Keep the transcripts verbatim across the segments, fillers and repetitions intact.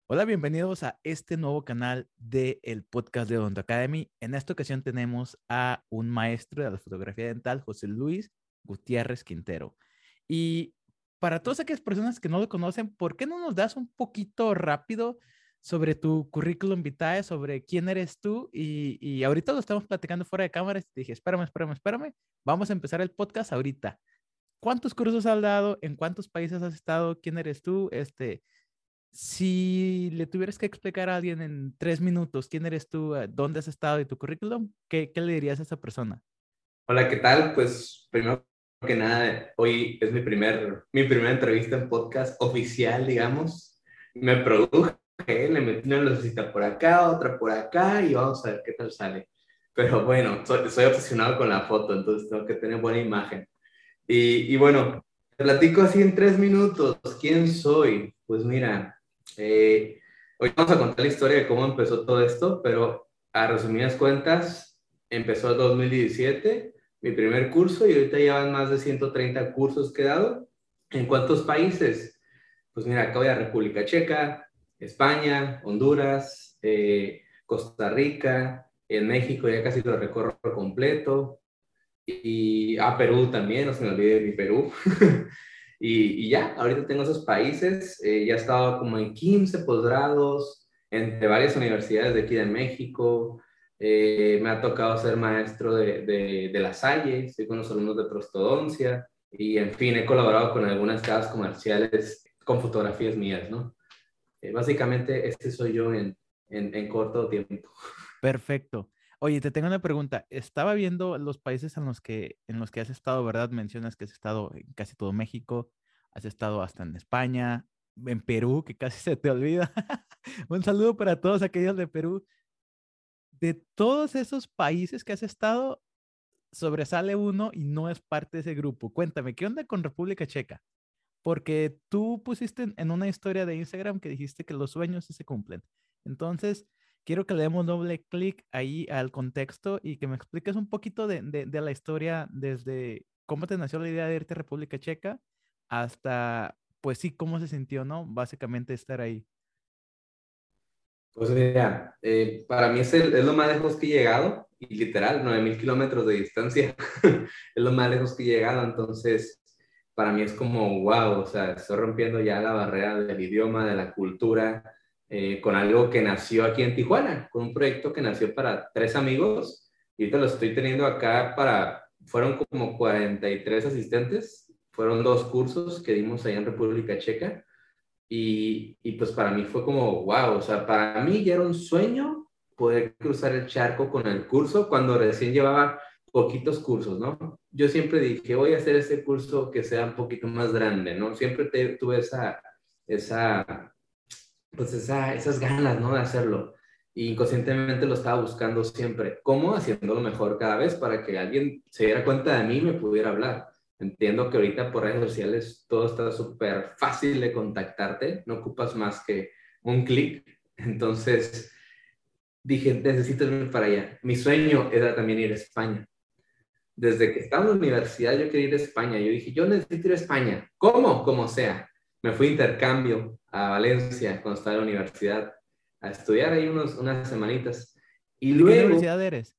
Hola, bienvenidos a este nuevo canal de el podcast de Odonto Academy. En esta ocasión tenemos a un maestro de la fotografía dental, José Luis Gutiérrez Quintero. Y para todas aquellas personas que no lo conocen, ¿por qué no nos das un poquito rápido sobre tu currículum vitae, sobre quién eres tú? Y, y ahorita lo estamos platicando fuera de cámaras. Te dije, espérame, espérame, espérame. Vamos a empezar el podcast ahorita. ¿Cuántos cursos has dado? ¿En cuántos países has estado? ¿Quién eres tú? Este, si le tuvieras que explicar a alguien en tres minutos quién eres tú, eh, dónde has estado y tu currículum, ¿qué, qué le dirías a esa persona? Hola, ¿qué tal? Pues primero que nada, hoy es mi primer, mi primera entrevista en podcast oficial, digamos. Me produje, le metí una lucecita por acá, otra por acá y vamos a ver qué tal sale. Pero bueno, soy, soy obsesionado con la foto, entonces tengo que tener buena imagen. Y, y bueno, te platico así en tres minutos. ¿Quién soy? Pues mira, eh, hoy vamos a contar la historia de cómo empezó todo esto, pero a resumidas cuentas, empezó el dos mil diecisiete, mi primer curso, y ahorita ya van más de ciento treinta cursos que he dado. ¿En cuántos países? Pues mira, acá voy a República Checa, España, Honduras, eh, Costa Rica, en México ya casi lo recorro completo. Y a Perú también, no se me olvide mi Perú. y, y ya, ahorita tengo esos países. Eh, ya he estado como en quince posgrados entre varias universidades de aquí de México. Eh, me ha tocado ser maestro de, de, de La Salle, estoy con los alumnos de prostodoncia. Y en fin, he colaborado con algunas casas comerciales con fotografías mías, ¿no? Eh, básicamente, este soy yo en, en, en corto tiempo. Perfecto. Oye, te tengo una pregunta. Estaba viendo los países en los que, en los que has estado, ¿verdad? Mencionas que has estado en casi todo México, has estado hasta en España, en Perú, que casi se te olvida. Un saludo para todos aquellos de Perú. De todos esos países que has estado, sobresale uno y no es parte de ese grupo. Cuéntame, ¿qué onda con República Checa? Porque tú pusiste en, en una historia de Instagram que dijiste que los sueños sí se cumplen. Entonces, quiero que le demos doble clic ahí al contexto y que me expliques un poquito de, de, de la historia desde cómo te nació la idea de irte a República Checa hasta, pues sí, cómo se sintió, ¿no? Básicamente estar ahí. Pues mira, eh, para mí es, el- es lo más lejos que he llegado, y literal, nueve mil kilómetros de distancia, es lo más lejos que he llegado, entonces para mí es como, wow, o sea, estoy rompiendo ya la barrera del idioma, de la cultura, eh, con algo que nació aquí en Tijuana, con un proyecto que nació para tres amigos, y ahorita lo estoy teniendo acá para, fueron como cuarenta y tres asistentes, fueron dos cursos que dimos allá en República Checa. Y, y pues para mí fue como, wow, o sea, para mí ya era un sueño poder cruzar el charco con el curso cuando recién llevaba poquitos cursos, ¿no? Yo siempre dije, voy a hacer este curso que sea un poquito más grande, ¿no? Siempre te, tuve esa, esa, pues esa, esas ganas, ¿no? De hacerlo. Y inconscientemente lo estaba buscando siempre. ¿Cómo? Haciéndolo mejor cada vez para que alguien se diera cuenta de mí y me pudiera hablar. Entiendo que ahorita por redes sociales todo está súper fácil de contactarte, no ocupas más que un clic. Entonces dije, necesito irme para allá. Mi sueño era también ir a España. Desde que estaba en la universidad yo quería ir a España. Yo dije, yo necesito ir a España. ¿Cómo? Como sea. Me fui de intercambio a Valencia cuando estaba en la universidad a estudiar ahí unos, unas semanitas. Y ¿De qué luego universidad eres?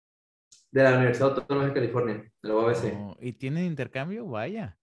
de la Universidad Autónoma de California, de la U A B C. Oh, ¿y tienen intercambio? Vaya.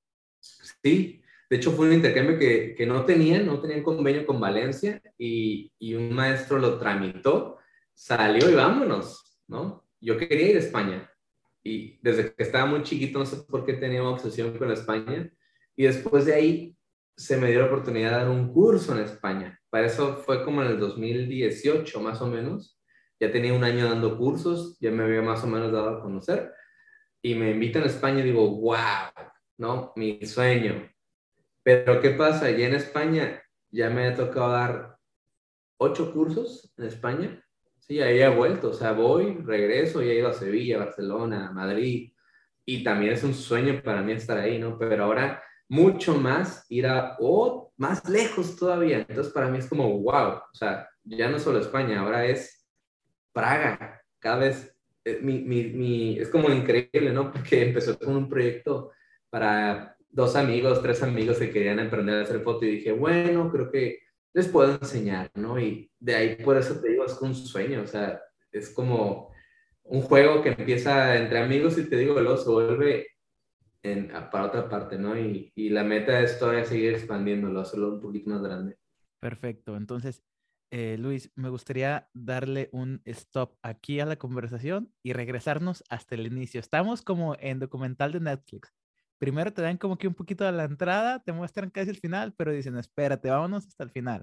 Sí, de hecho fue un intercambio que, que no tenían, no tenían convenio con Valencia y, y un maestro lo tramitó, salió y vámonos, ¿no? Yo quería ir a España y desde que estaba muy chiquito no sé por qué tenía una obsesión con España y después de ahí se me dio la oportunidad de dar un curso en España. Para eso fue como en el dos mil dieciocho más o menos. Ya tenía un año dando cursos, ya me había más o menos dado a conocer y me invitan a España y digo, wow, ¿no? Mi sueño. Pero ¿qué pasa? Allá en España ya me ha tocado dar ocho cursos en España. Sí, ahí he vuelto, o sea, voy, regreso, ya he ido a Sevilla, Barcelona, Madrid, y también es un sueño para mí estar ahí, ¿no? Pero ahora mucho más ir a, o más lejos todavía. Entonces para mí es como, wow, o sea, ya no solo España, ahora es Praga. Cada vez, eh, mi, mi, mi, es como increíble, ¿no? Porque empezó con un proyecto para dos amigos, tres amigos que querían emprender a hacer foto y dije, bueno, creo que les puedo enseñar, ¿no? Y de ahí por eso te digo, es un sueño, o sea, es como un juego que empieza entre amigos y te digo, luego se vuelve en, para otra parte, ¿no? Y, y la meta es todavía seguir expandiéndolo, hacerlo un poquito más grande. Perfecto. Entonces, eh, Luis, me gustaría darle un stop aquí a la conversación y regresarnos hasta el inicio. Estamos como en documental de Netflix. Primero te dan como que un poquito de la entrada, te muestran casi el final, pero dicen, espérate, vámonos hasta el final.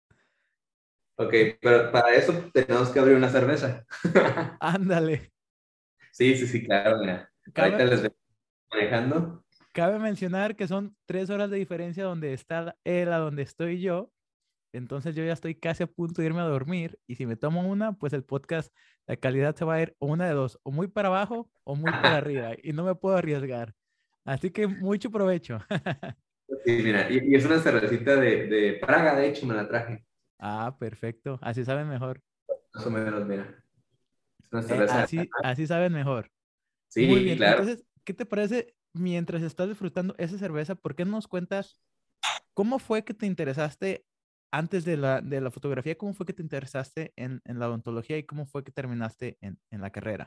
Ok, pero para eso tenemos que abrir una cerveza. Ándale. Sí, sí, sí, claro, mira. Ahorita Cabe, les voy manejando. cabe mencionar que son tres horas de diferencia donde está él a donde estoy yo. Entonces yo ya estoy casi a punto de irme a dormir y si me tomo una, pues el podcast, la calidad se va a ir o una de dos, o muy para abajo o muy para arriba y no me puedo arriesgar. Así que mucho provecho. Sí, mira, y, y es una cervecita de, de Praga, de hecho, me la traje. Ah, perfecto. Así saben mejor. Más o menos, mira. Es una Eh, cerveza. así, así saben mejor. Muy Sí, bien. claro. Entonces, ¿qué te parece mientras estás disfrutando esa cerveza? ¿Por qué no nos cuentas cómo fue que te interesaste antes de la, de la fotografía? ¿Cómo fue que te interesaste en, en la odontología y cómo fue que terminaste en, en la carrera?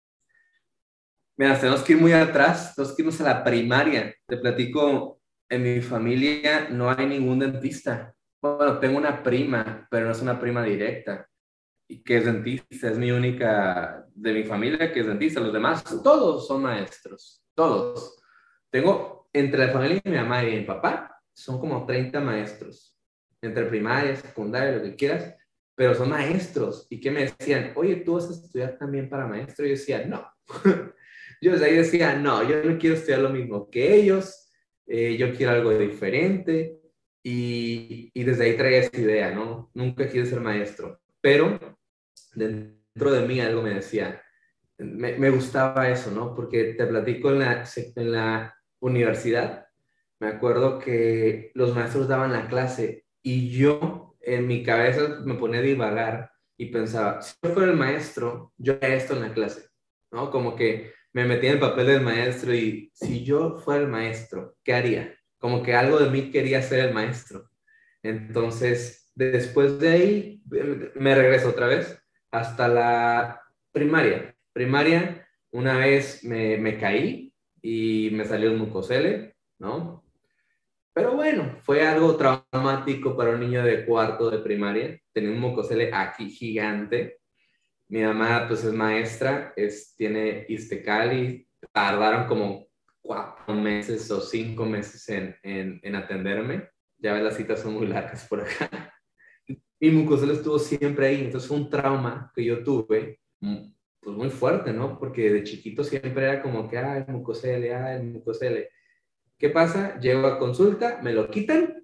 Mira, tenemos que ir muy atrás, tenemos que irnos a la primaria. Te platico, en mi familia no hay ningún dentista. Bueno, tengo una prima, pero no es una prima directa, y que es dentista, es mi única de mi familia que es dentista. Los demás, todos son maestros, todos. Tengo, entre la familia de mi mamá y mi papá, son como treinta maestros, entre primaria, secundaria, lo que quieras, pero son maestros. ¿Y qué me decían? Oye, ¿tú vas a estudiar también para maestro? Y yo decía, no. Yo desde ahí decía, no, yo no quiero estudiar lo mismo que ellos, eh, yo quiero algo diferente. Y, y desde ahí traía esa idea, ¿no? Nunca quiero ser maestro. Pero dentro de mí algo me decía, me, me gustaba eso, ¿no? Porque te platico en la, en la universidad, me acuerdo que los maestros daban la clase y yo en mi cabeza me ponía a divagar y pensaba, si yo fuera el maestro, yo haría esto en la clase, ¿no? Como que me metía en el papel del maestro y si yo fuera el maestro, ¿qué haría? Como que algo de mí quería ser el maestro. Entonces, después de ahí, me regreso otra vez hasta la primaria. Primaria, una vez me, me caí y me salió un mucosele, ¿no? Pero bueno, fue algo traumático para un niño de cuarto de primaria. Tenía un mucosele aquí gigante. Mi mamá, pues, es maestra, es, tiene Istecali. Tardaron como cuatro meses o cinco meses en, en, en atenderme. Ya ves, las citas son muy largas por acá. Y mucosal estuvo siempre ahí, entonces fue un trauma que yo tuve, mm, pues muy fuerte, ¿no? Porque de chiquito siempre era como que, ah, el mucosele, ah, el mucosele. ¿Qué pasa? Llego a consulta, me lo quitan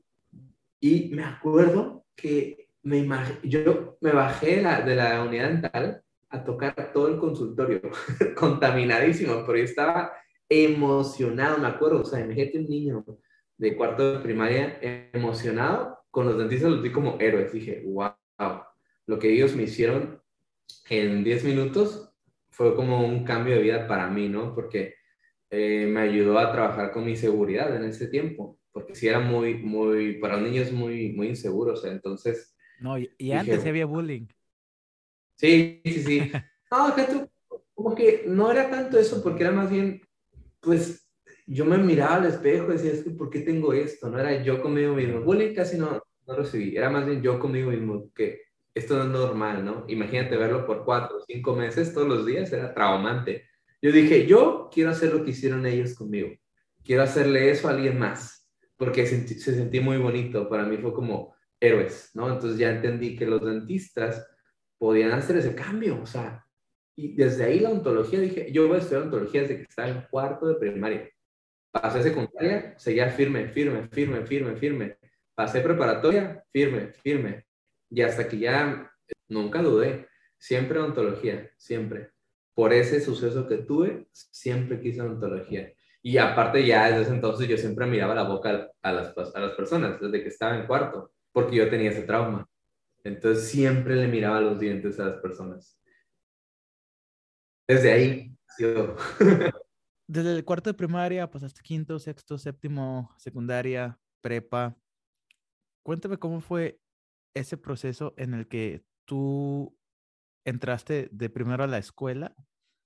y me acuerdo que me imag... yo me bajé de la, de la unidad dental a tocar todo el consultorio, contaminadísimo, pero yo estaba emocionado, me acuerdo, o sea, imagínate un niño de cuarto de primaria emocionado, con los dentistas los vi como héroes, dije, wow, lo que ellos me hicieron en diez minutos fue como un cambio de vida para mí, ¿no? Porque eh, me ayudó a trabajar con mi seguridad en ese tiempo, porque sí era muy, muy, para los niños muy, muy inseguro, o sea, entonces No, y, y antes sí dije, había bullying. sí, sí, sí, no, acá tú, como que no era tanto eso, porque era más bien, pues, yo me miraba al espejo y decía, es que, ¿por qué tengo esto? No era yo conmigo mismo, bullying casi no, no recibí, era más bien yo conmigo mismo, que esto no es normal, ¿no? Imagínate verlo por cuatro o cinco meses todos los días, era traumante. Yo dije, yo quiero hacer lo que hicieron ellos conmigo, quiero hacerle eso a alguien más, porque sentí, se sentí muy bonito, para mí fue como héroes, ¿no? Entonces ya entendí que los dentistas podían hacer ese cambio, o sea, y desde ahí la ontología, dije, yo voy a estudiar ontología desde que estaba en cuarto de primaria. Pasé secundaria, seguía firme, firme, firme, firme, firme. Pasé preparatoria, firme, firme. Y hasta que ya nunca dudé. Siempre ontología, siempre. Por ese suceso que tuve, siempre quise ontología. Y aparte ya desde ese entonces yo siempre miraba la boca a las, a las personas, desde que estaba en cuarto, porque yo tenía ese trauma. Entonces siempre le miraba los dientes a las personas. Desde ahí, yo. Desde el cuarto de primaria, pues hasta quinto, sexto, séptimo, secundaria, prepa. Cuéntame cómo fue ese proceso en el que tú entraste de primero a la escuela,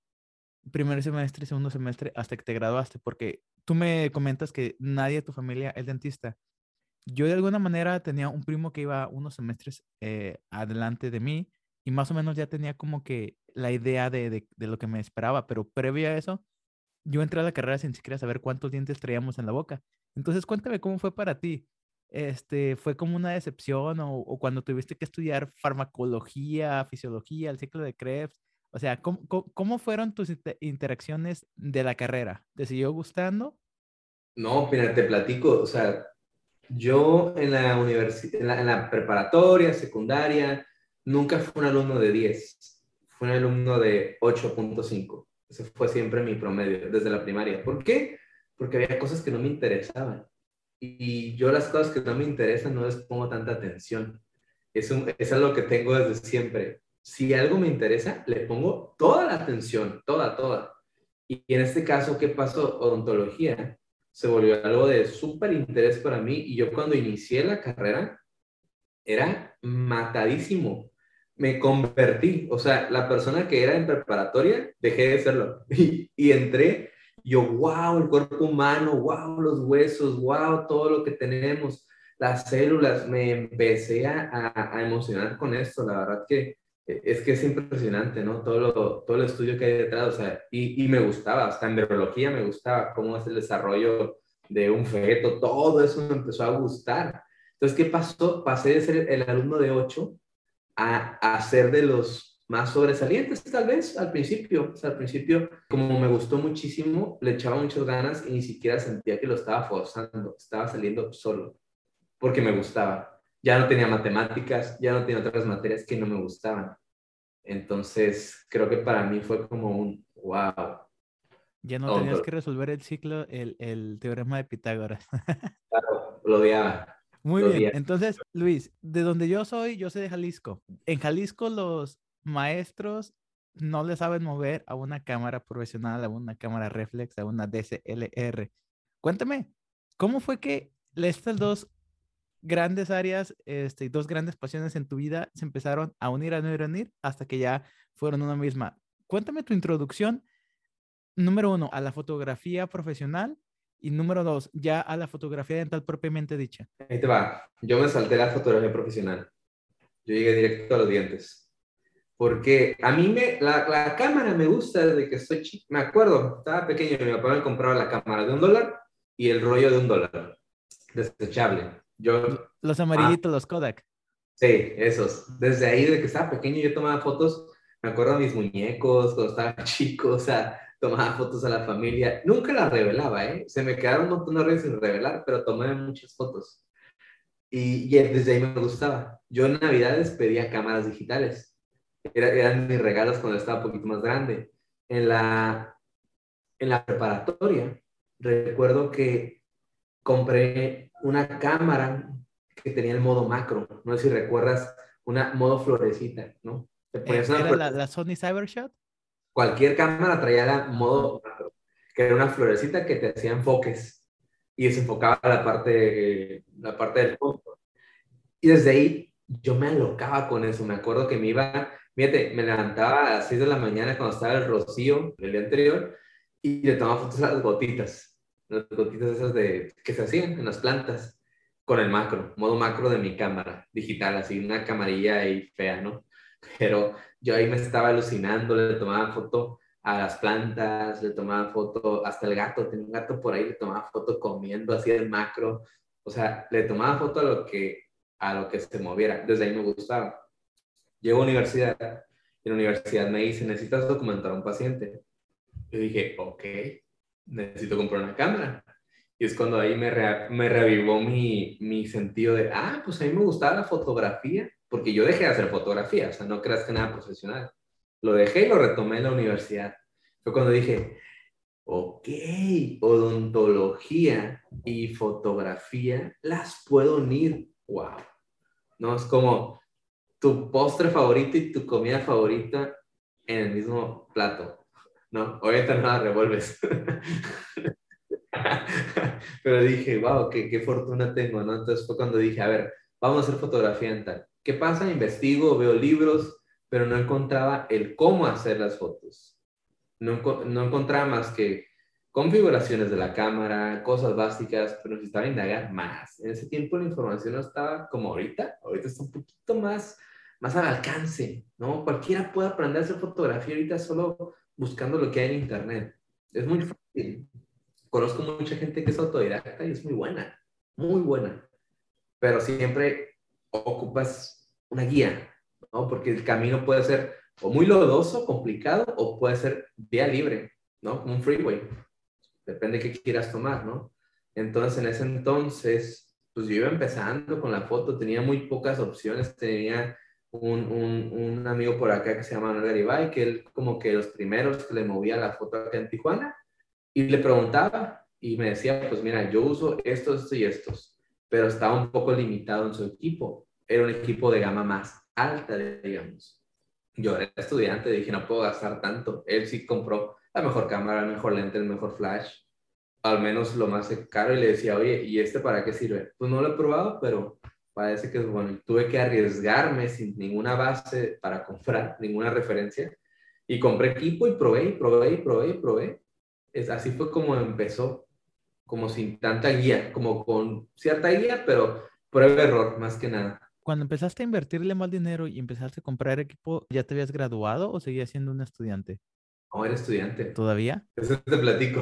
primer semestre, segundo semestre, hasta que te graduaste? Porque tú me comentas que nadie de tu familia es dentista. Yo de alguna manera tenía un primo que iba unos semestres eh, adelante de mí y más o menos ya tenía como que la idea de, de, de lo que me esperaba, pero previo a eso, yo entré a la carrera sin siquiera saber cuántos dientes traíamos en la boca. Entonces, cuéntame cómo fue para ti. Este, ¿fue como una decepción o, o cuando tuviste que estudiar farmacología, fisiología, el ciclo de Krebs? O sea, ¿cómo, cómo, cómo fueron tus inter- interacciones de la carrera? ¿Te siguió gustando? No, mira, te platico, o sea, yo en la universidad, en la, en la preparatoria, secundaria, nunca fui un alumno de diez, fui un alumno de ocho punto cinco. Ese fue siempre mi promedio desde la primaria. ¿Por qué? Porque había cosas que no me interesaban. Y yo las cosas que no me interesan no les pongo tanta atención. Es, un, es algo que tengo desde siempre. Si algo me interesa, le pongo toda la atención, toda, toda. Y en este caso, ¿qué pasó? Odontología se volvió algo de súper interés para mí y yo cuando inicié la carrera era matadísimo. Me convertí, o sea, la persona que era en preparatoria, dejé de serlo. Y, y entré, yo, wow, el cuerpo humano, wow, los huesos, wow, todo lo que tenemos, las células, me empecé a, a, a emocionar con esto, la verdad que eh, es que es impresionante, ¿no? Todo, lo, todo el estudio que hay detrás, o sea, y, y me gustaba, hasta en biología me gustaba cómo es el desarrollo de un feto, todo eso me empezó a gustar. Entonces, ¿qué pasó? Pasé de ser el alumno de ocho a, a ser de los más sobresalientes, tal vez, al principio. O sea, al principio, como me gustó muchísimo, le echaba muchas ganas y ni siquiera sentía que lo estaba forzando, estaba saliendo solo, porque me gustaba. Ya no tenía matemáticas, ya no tenía otras materias que no me gustaban. Entonces, creo que para mí fue como un wow. Ya no tenías Odontólogo. que resolver el ciclo, el, el teorema de Pitágoras. Claro, lo odiaba, Muy lo bien, odiaba. entonces, Luis, de donde yo soy, yo soy de Jalisco. En Jalisco los maestros no le saben mover a una cámara profesional, a una cámara reflex, a una D S L R. Cuéntame, ¿cómo fue que estas dos grandes áreas, este, y dos grandes pasiones en tu vida se empezaron a unir, a unir, a unir, hasta que ya fueron una misma? Cuéntame tu introducción, número uno, a la fotografía profesional y número dos, ya a la fotografía dental propiamente dicha. Ahí te va. Yo me salté la fotografía profesional. Yo llegué directo a los dientes. Porque a mí me, la, la cámara me gusta desde que soy chico. Me acuerdo, estaba pequeño, mi papá me compraba la cámara de un dólar y el rollo de un dólar, desechable. L- Yo, Los ah, amarillitos, los Kodak. sí, esos. Desde ahí, desde que estaba pequeño, yo tomaba fotos. Me acuerdo de mis muñecos cuando estaba chico, o sea, tomaba fotos a la familia. Nunca las revelaba, ¿eh? Se me quedaron un montón de redes sin revelar, pero tomé muchas fotos. Y, y desde ahí me gustaba. Yo en Navidades pedía cámaras digitales. Era, eran mis regalos cuando estaba un poquito más grande. En la, en la preparatoria, recuerdo que compré una cámara que tenía el modo macro. No sé si recuerdas, una modo florecita, ¿no? Te Eh, ponías una ¿era la, florecita. la Sony Cybershot? Cualquier cámara traía la Ajá. modo macro, que era una florecita que te hacía enfoques y desenfocaba la parte, la parte del fondo. Y desde ahí yo me alocaba con eso. Me acuerdo que me iba, fíjate, me levantaba a las seis de la mañana cuando estaba el rocío el día anterior y le tomaba fotos a las gotitas, las gotitas esas de, que se hacían en las plantas con el macro, modo macro de mi cámara digital, así una camarilla ahí fea, ¿no? Pero yo ahí me estaba alucinando, le tomaba foto a las plantas, le tomaba foto hasta el gato, tenía un gato por ahí, le tomaba foto comiendo así el macro, o sea, le tomaba foto a lo que a lo que se moviera. Desde ahí me gustaba. Llego a universidad y en la universidad me dice, necesitas documentar a un paciente. Yo dije, ok, necesito comprar una cámara. Y es cuando ahí me, re, me reavivó mi, mi sentido de, ah, pues a mí me gustaba la fotografía, porque yo dejé de hacer fotografía, o sea, no creas que nada profesional. Lo dejé y lo retomé en la universidad. Fue cuando dije, ok, odontología y fotografía las puedo unir. Wow. No, es como tu postre favorito y tu comida favorita en el mismo plato, ¿no? Ahorita no la revuelves. Pero dije, wow, qué, qué fortuna tengo, ¿no? Entonces fue cuando dije, a ver, vamos a hacer fotografía dental. ¿qué pasa? Investigo, veo libros, pero no encontraba el cómo hacer las fotos. No, no encontraba más que configuraciones de la cámara, cosas básicas, pero necesitaba indagar más. En ese tiempo la información no estaba como ahorita, ahorita está un poquito más, más al alcance, ¿no? Cualquiera puede aprender a hacer fotografía ahorita solo buscando lo que hay en internet. Es muy fácil. Conozco mucha gente que es autodidacta y es muy buena, muy buena, pero siempre ocupas una guía, ¿no? Porque el camino puede ser o muy lodoso, complicado, o puede ser vía libre, ¿no? Como un freeway. Depende de qué quieras tomar, ¿no? Entonces, en ese entonces, pues yo iba empezando con la foto, tenía muy pocas opciones, tenía un, un, un amigo por acá que se llama Manuel Garibay, que él como que los primeros que le movía la foto acá en Tijuana, y le preguntaba, y me decía, pues mira, yo uso estos, estos y estos, pero estaba un poco limitado en su equipo, era un equipo de gama más alta, digamos. Yo era estudiante, dije, no puedo gastar tanto. Él sí compró la mejor cámara, el mejor lente, el mejor flash, al menos lo más caro, y le decía, oye, ¿y este para qué sirve? Pues no lo he probado, pero parece que es bueno. Y tuve que arriesgarme sin ninguna base para comprar, ninguna referencia, y compré equipo y probé, y probé, y probé, y probé. Es, así fue como empezó, como sin tanta guía, como con cierta guía, pero prueba-error, más que nada. Cuando empezaste a invertirle más dinero y empezaste a comprar equipo, ¿ya te habías graduado o seguías siendo un estudiante? No, era estudiante. ¿Todavía? Eso te platico.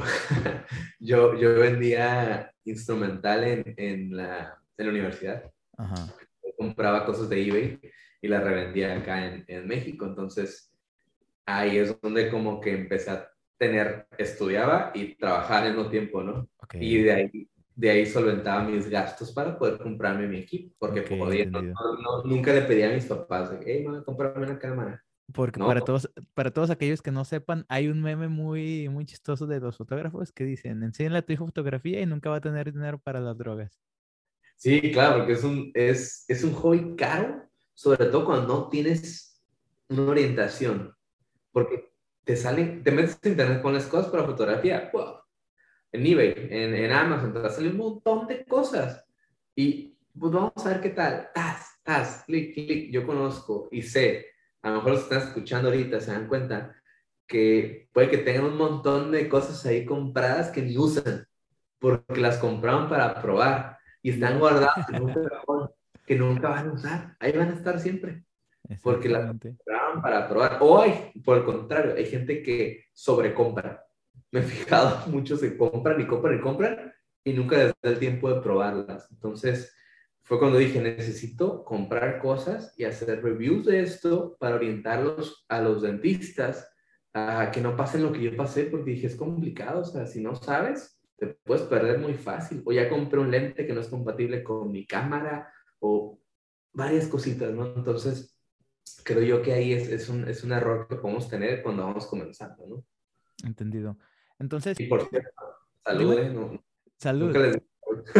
Yo, yo vendía instrumental en, en la, en la universidad. Ajá. Yo compraba cosas de eBay y las revendía acá en, en México. Entonces, ahí es donde como que empecé a tener, estudiaba y trabajaba al mismo tiempo, ¿no? Ok, Y de ahí, de ahí solventaba mis gastos para poder comprarme mi equipo, porque ok, podía, no, entendido. no- no- nunca le pedía a mis papás, de, hey, mamá, cómprame una cámara. Porque No, para todos, para todos aquellos que no sepan, hay un meme muy, muy chistoso de los fotógrafos que dicen, enséñale a tu hijo fotografía y nunca va a tener dinero para las drogas. sí, claro, porque es un, es, es un hobby caro, sobre todo cuando no tienes una orientación, porque te salen, te metes en internet con las cosas para fotografía, wow, en eBay, en, en Amazon, te va a salir un montón de cosas. Y pues vamos a ver qué tal. Tas, tas, clic, clic. Yo conozco y sé, a lo mejor los que están escuchando ahorita se dan cuenta que puede que tengan un montón de cosas ahí compradas que ni usan, porque las compraron para probar y están guardadas en un cajón que nunca van a usar. Ahí van a estar siempre, porque las Exactamente. compraron para probar. O hay, por el contrario, hay gente que sobrecompra. Me he fijado, muchos se compran y compran y compran y nunca les da el tiempo de probarlas. Entonces, fue cuando dije, necesito comprar cosas y hacer reviews de esto para orientarlos a los dentistas a que no pasen lo que yo pasé, porque dije, es complicado, o sea, si no sabes, te puedes perder muy fácil. O ya compré un lente que no es compatible con mi cámara, o varias cositas, ¿no? Entonces, creo yo que ahí es, es, un, es un error que podemos tener cuando vamos comenzando, ¿no? Entendido. Entonces, Y por cierto, salud, dime, ¿eh? No, salud. nunca les digo.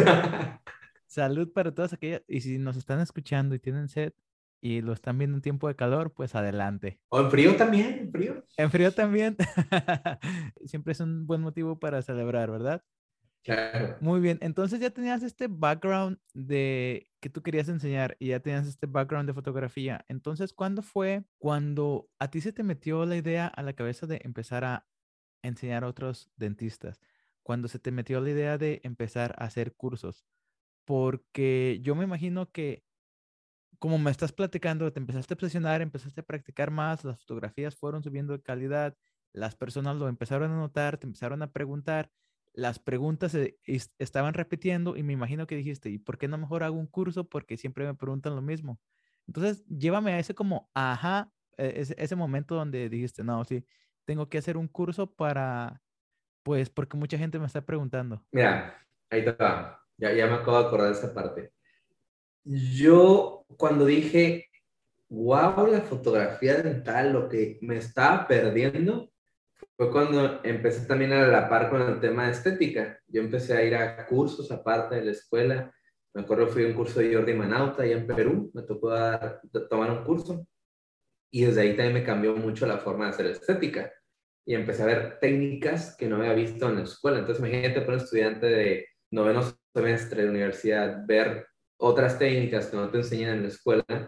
Salud para todas aquellas. Y si nos están escuchando y tienen sed y lo están viendo en tiempo de calor, pues adelante. O en frío también, en frío. En frío también. Siempre es un buen motivo para celebrar, ¿verdad? Claro. Muy bien. Entonces ya tenías este background de que tú querías enseñar y ya tenías este background de fotografía. Entonces, ¿cuándo fue cuando a ti se te metió la idea a la cabeza de empezar a enseñar a otros dentistas? Cuando se te metió la idea de empezar a hacer cursos. Porque yo me imagino que, como me estás platicando, te empezaste a obsesionar, empezaste a practicar más, las fotografías fueron subiendo de calidad, las personas lo empezaron a notar, te empezaron a preguntar, las preguntas se is- estaban repitiendo y me imagino que dijiste, ¿y por qué no mejor hago un curso? Porque siempre me preguntan lo mismo. Entonces, llévame a ese como, ajá, e- ese, ese momento donde dijiste, no, sí, tengo que hacer un curso para, pues, porque mucha gente me está preguntando. Mira, ahí te va. Ya, ya me acabo de acordar de esa parte. Yo, cuando dije, wow, la fotografía dental, lo que me estaba perdiendo, fue cuando empecé también a la par con el tema de estética. Yo empecé a ir a cursos aparte de la escuela. Me acuerdo fui a un curso de Jordi Manauta allá en Perú. Me tocó dar- tomar un curso. Y desde ahí también me cambió mucho la forma de hacer estética. Y empecé a ver técnicas que no había visto en la escuela. Entonces, imagínate para un estudiante de noveno semestre de universidad, ver otras técnicas que no te enseñan en la escuela,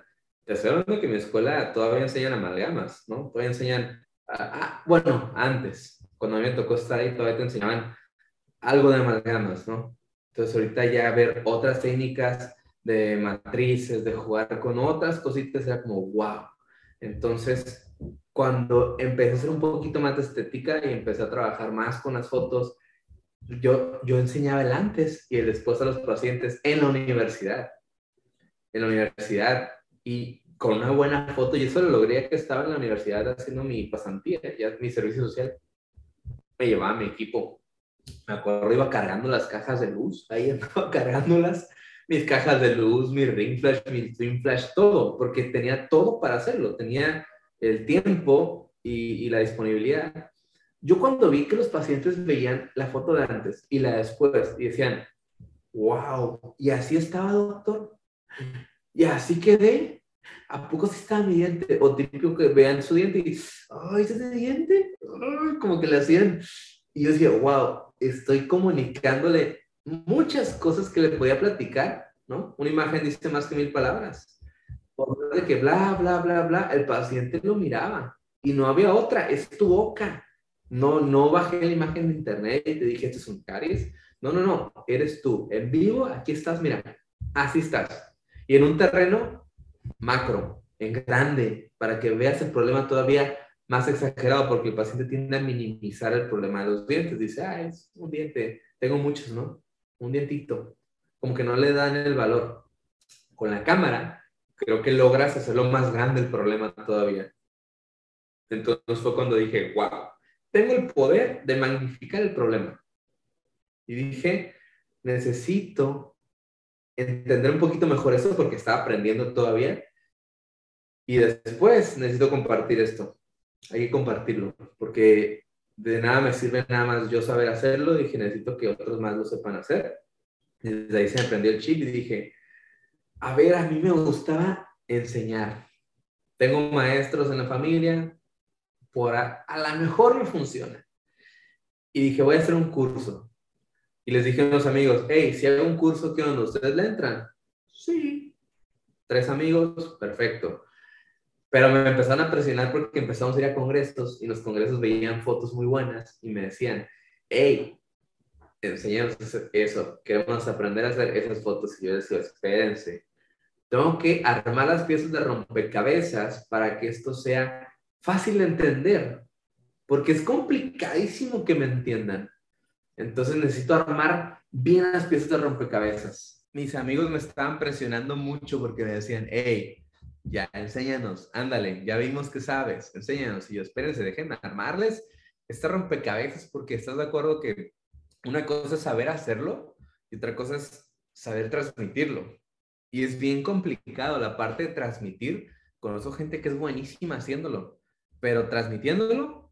Te estoy hablando de que en mi escuela todavía enseñan amalgamas, ¿no? Todavía enseñan, ah, ah, bueno, antes, cuando a mí me tocó estar ahí, todavía te enseñaban algo de amalgamas, ¿no? Entonces ahorita ya ver otras técnicas de matrices, de jugar con otras cositas, era como, wow. Entonces, cuando empecé a hacer un poquito más de estética y empecé a trabajar más con las fotos, yo, yo enseñaba el antes y el después a los pacientes en la universidad. En la universidad y con una buena foto, y eso lo logré que estaba en la universidad haciendo mi pasantía, ya mi servicio social, me llevaba mi equipo. Me acuerdo, iba cargando las cajas de luz, ahí andaba cargándolas, mis cajas de luz, mi ring flash, mi swing flash, todo, porque tenía todo para hacerlo, tenía el tiempo y, y la disponibilidad. Yo cuando vi que los pacientes veían la foto de antes y la después y decían, wow, y así estaba, doctor, y así quedé. ¿A poco sí estaba mi diente? O típico que vean su diente y, ay, ¿ese es de diente? Ay, como que le hacían. Y yo decía, wow, estoy comunicándole muchas cosas que le podía platicar, ¿no? Una imagen dice más que mil palabras. Por más de que bla, bla, bla, bla, el paciente lo miraba y no había otra, es tu boca. No, no bajé la imagen de internet y te dije, esto es un caries. No, no, no, eres tú. En vivo, aquí estás, mira, así estás. Y en un terreno macro, en grande, para que veas el problema todavía más exagerado, porque el paciente tiende a minimizar el problema de los dientes. Dice, ah, es un diente, tengo muchos, ¿no? Un dientito. Como que no le dan el valor. Con la cámara, creo que logras hacerlo más grande el problema todavía. Entonces fue cuando dije, wow, tengo el poder de magnificar el problema. Y dije, necesito entender un poquito mejor eso porque estaba aprendiendo todavía. Y después necesito compartir esto. Hay que compartirlo, porque de nada me sirve nada más yo saber hacerlo. Dije, necesito que otros más lo sepan hacer. Desde ahí se me prendió el chip y dije, a ver, a mí me gustaba enseñar. Tengo maestros en la familia, por a, a lo mejor me funciona. Y dije, voy a hacer un curso. Y les dije a unos amigos, hey, si hago un curso, ¿qué onda? ¿Ustedes le entran? Sí. Tres amigos, perfecto. Pero me empezaron a presionar porque empezamos a ir a congresos y los congresos veían fotos muy buenas y me decían, hey, enséñanos eso, queremos aprender a hacer esas fotos. Y yo decía, espérense, tengo que armar las piezas de rompecabezas para que esto sea fácil de entender, porque es complicadísimo que me entiendan. Entonces necesito armar bien las piezas de rompecabezas. Mis amigos me estaban presionando mucho porque me decían, hey, ya, enséñanos, ándale, ya vimos que sabes, enséñanos. Y yo, espérense, déjenme armarles este rompecabezas porque estás de acuerdo que una cosa es saber hacerlo y otra cosa es saber transmitirlo. Y es bien complicado la parte de transmitir. Conozco gente que es buenísima haciéndolo, pero transmitiéndolo,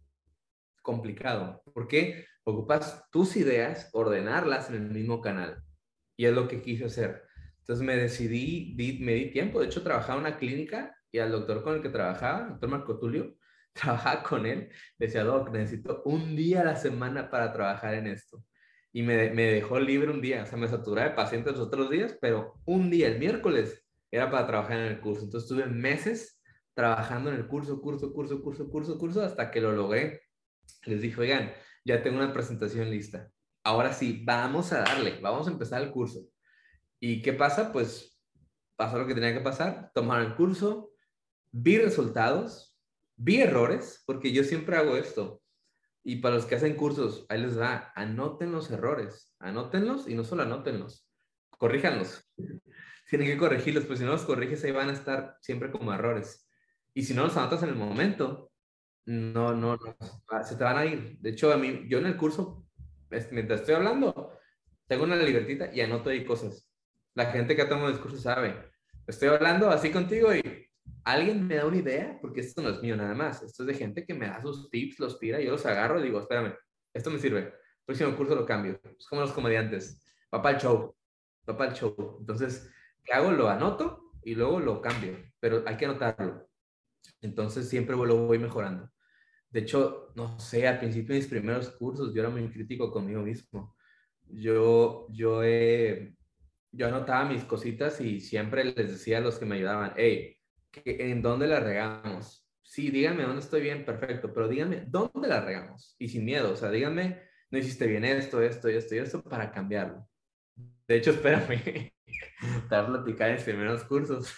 complicado. ¿Por qué? Ocupas tus ideas, ordenarlas en el mismo canal. Y es lo que quise hacer. Entonces me decidí, di, me di tiempo. De hecho, trabajaba en una clínica y al doctor con el que trabajaba, el doctor Marco Tulio, trabajaba con él. Decía, doc, necesito un día a la semana para trabajar en esto. Y me, me dejó libre un día. O sea, me saturaba de pacientes los otros días, pero un día, el miércoles, era para trabajar en el curso. Entonces estuve meses trabajando en el curso, curso, curso, curso, curso, curso, hasta que lo logré. Les dije, oigan, ya tengo una presentación lista. Ahora sí, vamos a darle, vamos a empezar el curso. ¿Y qué pasa? Pues pasó lo que tenía que pasar, tomaron el curso, vi resultados, vi errores, porque yo siempre hago esto. Y para los que hacen cursos, ahí les va, anoten los errores, anótenlos y no solo anótenlos, corríjanlos. Tienen que corregirlos, pues si no los corriges ahí van a estar siempre como errores. Y si no los anotas en el momento, no, no, no, se te van a ir. De hecho, a mí, yo en el curso, mientras estoy hablando, tengo una libretita y anoto ahí cosas. La gente que toma el discurso sabe. Estoy hablando así contigo y alguien me da una idea, porque esto no es mío nada más. Esto es de gente que me da sus tips, los tira, yo los agarro y digo, espérame, esto me sirve. Próximo curso lo cambio. Es como los comediantes. Va para el show. Va para el show. Entonces, ¿qué hago? Lo anoto y luego lo cambio. Pero hay que anotarlo. Entonces, siempre lo voy mejorando. De hecho, no sé, al principio de mis primeros cursos yo era muy crítico conmigo mismo. Yo, yo, eh, yo anotaba mis cositas y siempre les decía a los que me ayudaban, hey, que en dónde la regamos. Sí, díganme dónde estoy bien, perfecto, pero díganme dónde la regamos. Y sin miedo, o sea, díganme, no hiciste bien esto, esto, esto y esto para cambiarlo. De hecho, espérame, te voy a platicar mis primeros cursos.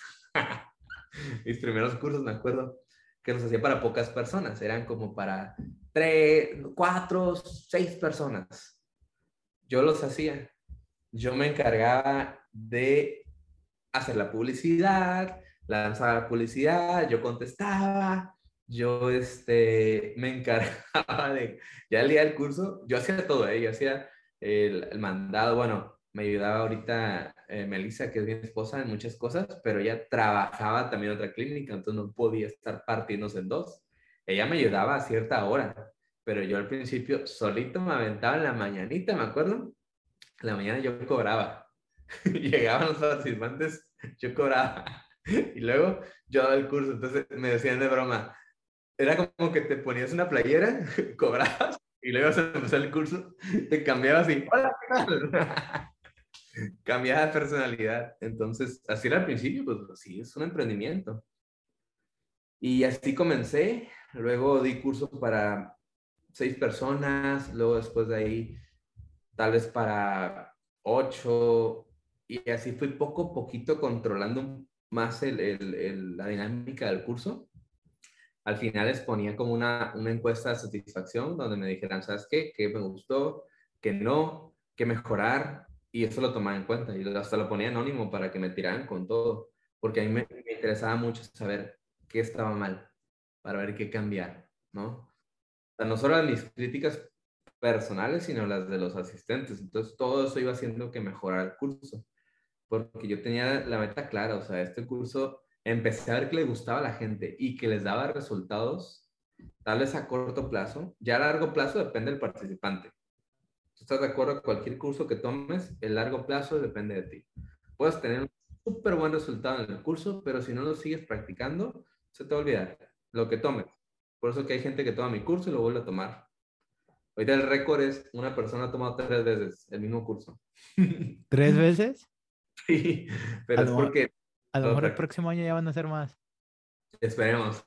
Mis primeros cursos, me acuerdo, que los hacía para pocas personas. Eran como para tres, cuatro, seis personas. Yo los hacía. Yo me encargaba de hacer la publicidad, lanzar la publicidad, yo contestaba, yo este, me encargaba de, ya el día del curso, yo hacía todo, ¿eh? Yo hacía el, el mandado, bueno, me ayudaba ahorita eh, Melissa, que es mi esposa, en muchas cosas, pero ella trabajaba también en otra clínica, entonces no podía estar partiéndose en dos. Ella me ayudaba a cierta hora, pero yo al principio solito me aventaba en la mañanita, me acuerdo, en la mañana yo cobraba. Llegaban los participantes, yo cobraba. Y luego yo daba el curso. Entonces me decían de broma, era como que te ponías una playera, cobrabas, y luego se empezó el curso, te cambiabas y hola, ¿qué tal? Cambiaba de personalidad. Entonces, así era al principio, pues sí, es un emprendimiento. Y así comencé. Luego di curso para seis personas, luego después de ahí, tal vez para ocho, y así fui poco a poquito controlando más el, el, el, la dinámica del curso. Al final les ponía como una, una encuesta de satisfacción donde me dijeran, ¿sabes qué? ¿Qué me gustó? ¿Qué no? ¿Qué mejorar? Y eso lo tomaba en cuenta y hasta lo ponía anónimo para que me tiraran con todo, porque a mí me, me interesaba mucho saber qué estaba mal, para ver qué cambiar, ¿no? O sea, no solo mis críticas personales, sino las de los asistentes. Entonces, todo eso iba haciendo que mejorara el curso, porque yo tenía la meta clara, o sea, este curso empecé a ver que le gustaba a la gente y que les daba resultados, tal vez a corto plazo, ya a largo plazo depende del participante. ¿Tú estás de acuerdo que cualquier curso que tomes, el largo plazo depende de ti? Puedes tener un súper buen resultado en el curso, pero si no lo sigues practicando, se te va a olvidar lo que tomes. Por eso que hay gente que toma mi curso y lo vuelve a tomar. Ahorita el récord es una persona ha tomado tres veces el mismo curso. ¿Tres veces? Sí, A pero es lo, mo- porque a lo lo mejor el practico. próximo año ya van a ser más. Esperemos.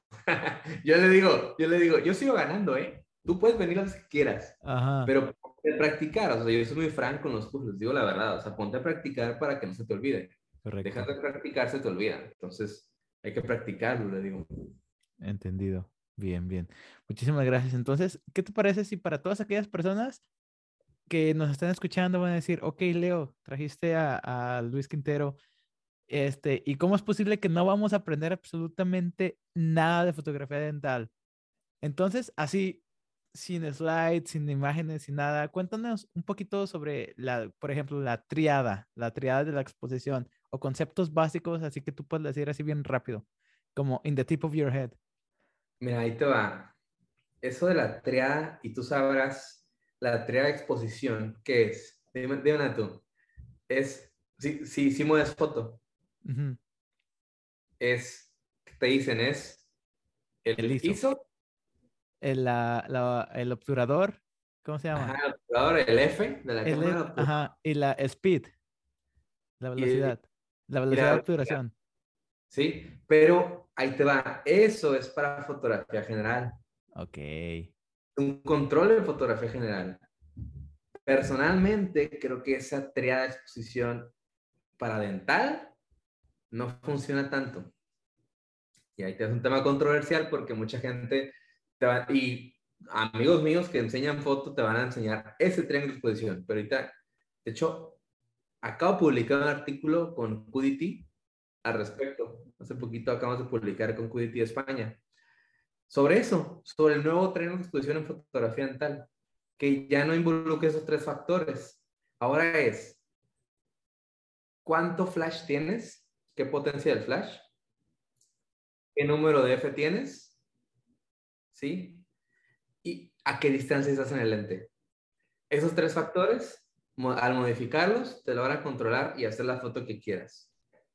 Yo le digo, yo le digo, yo sigo ganando, ¿eh? Tú puedes venir las que quieras, Ajá, pero ponte a practicar. O sea, yo soy muy franco con los cursos, digo la verdad. O sea, ponte a practicar para que no se te olvide. Dejas correcto. de practicar, se te olvida. Entonces, hay que practicarlo, le digo. Entendido. Bien, bien. Muchísimas gracias. Entonces, ¿qué te parece si para todas aquellas personas que nos están escuchando van a decir, ok, Leo, trajiste a, a Luis Quintero, este, ¿y cómo es posible que no vamos a aprender absolutamente nada de fotografía dental? Entonces, así, sin slides, sin imágenes, sin nada, cuéntanos un poquito sobre la, por ejemplo, la triada, la triada de la exposición o conceptos básicos, así que tú puedes decir así bien rápido, como in the tip of your head. Mira, ahí te va. Eso de la triada, y tú sabrás, la triada de exposición, ¿qué es? Dime, dime tú. Es, sí, sí, sí mueves foto. Ujú. Es, te dicen, es El el ISO, ISO, el, la, la- el obturador, ¿cómo se ajá, llama? el obturador, el F de la El, cámara e- de obturador, ajá, y la speed, la y, velocidad, la y velocidad la de velocidad, obturación. ¿sí? Pero ahí te va, eso es para fotografía general, Ok, un control de fotografía general. Personalmente, creo que esa triada de exposición para dental no funciona tanto. Y ahí te es un tema controversial porque mucha gente te va, y amigos míos que enseñan foto te van a enseñar ese triángulo de exposición. Pero ahorita, de hecho, acabo de publicar un artículo con Q D T al respecto. Hace poquito acabamos de publicar con Q D T España sobre eso, sobre el nuevo triángulo de exposición en fotografía dental, que ya no involucra esos tres factores. Ahora es, ¿cuánto flash tienes? ¿Qué potencia del flash? ¿Qué número de F tienes? ¿Sí? ¿Y a qué distancia estás en el lente? Esos tres factores, al modificarlos, te lo van a controlar y hacer la foto que quieras.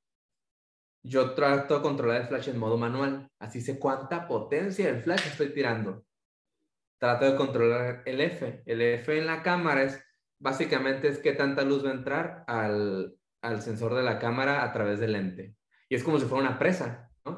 Yo trato de controlar el flash en modo manual, así sé cuánta potencia del flash estoy tirando. Trato de controlar el F. El F en la cámara es, básicamente es qué tanta luz va a entrar al, al sensor de la cámara a través del lente. Y es como si fuera una presa, ¿no?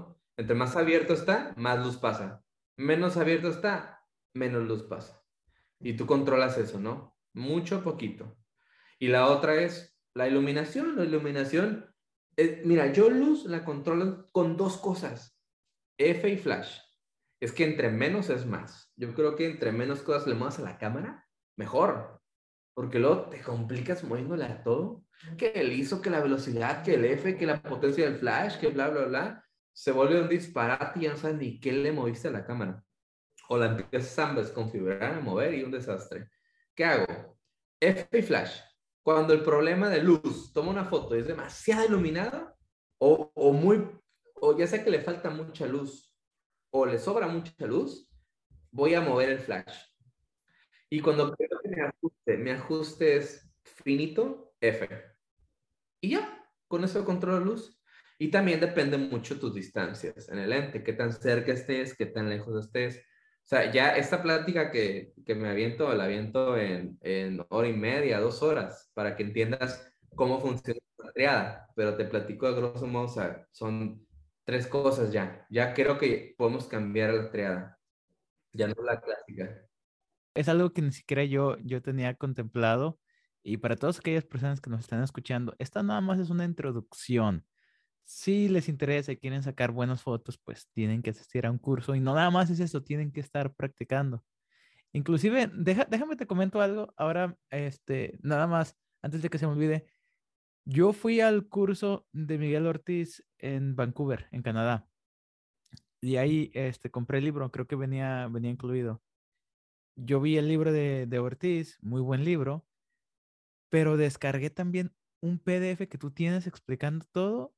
Entre más abierto está, más luz pasa. Menos abierto está, menos luz pasa. Y tú controlas eso, ¿no? Mucho, poquito. Y la otra es la iluminación. La iluminación, es, mira, yo luz la controlo con dos cosas, F y flash. Es que entre menos es más. Yo creo que entre menos cosas le muevas a la cámara, mejor. Porque luego te complicas moviéndole a todo. Que el I S O, que la velocidad, que el F, que la potencia del flash, que bla, bla, bla. Se vuelve un disparate y ya no sabes ni qué le moviste a la cámara. O la empiezas a desconfigurar, a mover y un desastre. ¿Qué hago? F y flash. Cuando el problema de luz toma una foto y es demasiado iluminada o, o muy, o ya sea que le falta mucha luz o le sobra mucha luz, voy a mover el flash. Y cuando quiero que me ajuste, mi ajuste es finito, F. Y ya, con eso controlo luz. Y también depende mucho tus distancias en el lente, qué tan cerca estés, qué tan lejos estés. O sea, ya esta plática que, que me aviento, la aviento en, en hora y media, dos horas, para que entiendas cómo funciona la triada. Pero te platico de grosso modo, o sea, son tres cosas ya. Ya creo que podemos cambiar la triada. Ya no la clásica. Es algo que ni siquiera yo, yo tenía contemplado. Y para todas aquellas personas que nos están escuchando, esta nada más es una introducción. Si les interesa y quieren sacar buenas fotos, pues tienen que asistir a un curso y no nada más es eso, tienen que estar practicando. Inclusive, deja, déjame te comento algo ahora, este, nada más, antes de que se me olvide. Yo fui al curso de Miguel Ortiz en Vancouver, en Canadá, y ahí, este, compré el libro, creo que venía, venía incluido. Yo vi el libro de, de Ortiz, muy buen libro, pero descargué también un P D F que tú tienes explicando todo.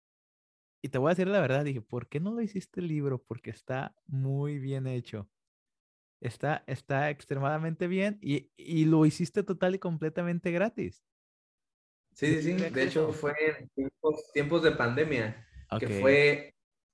Y te voy a decir la verdad, dije, ¿por qué no lo hiciste el libro? Porque está muy bien hecho. Está, está extremadamente bien y, y lo hiciste total y completamente gratis. Sí, De sí, libre sí. De hecho, acceso. fue en tiempos, tiempos de pandemia, que Ok. fue,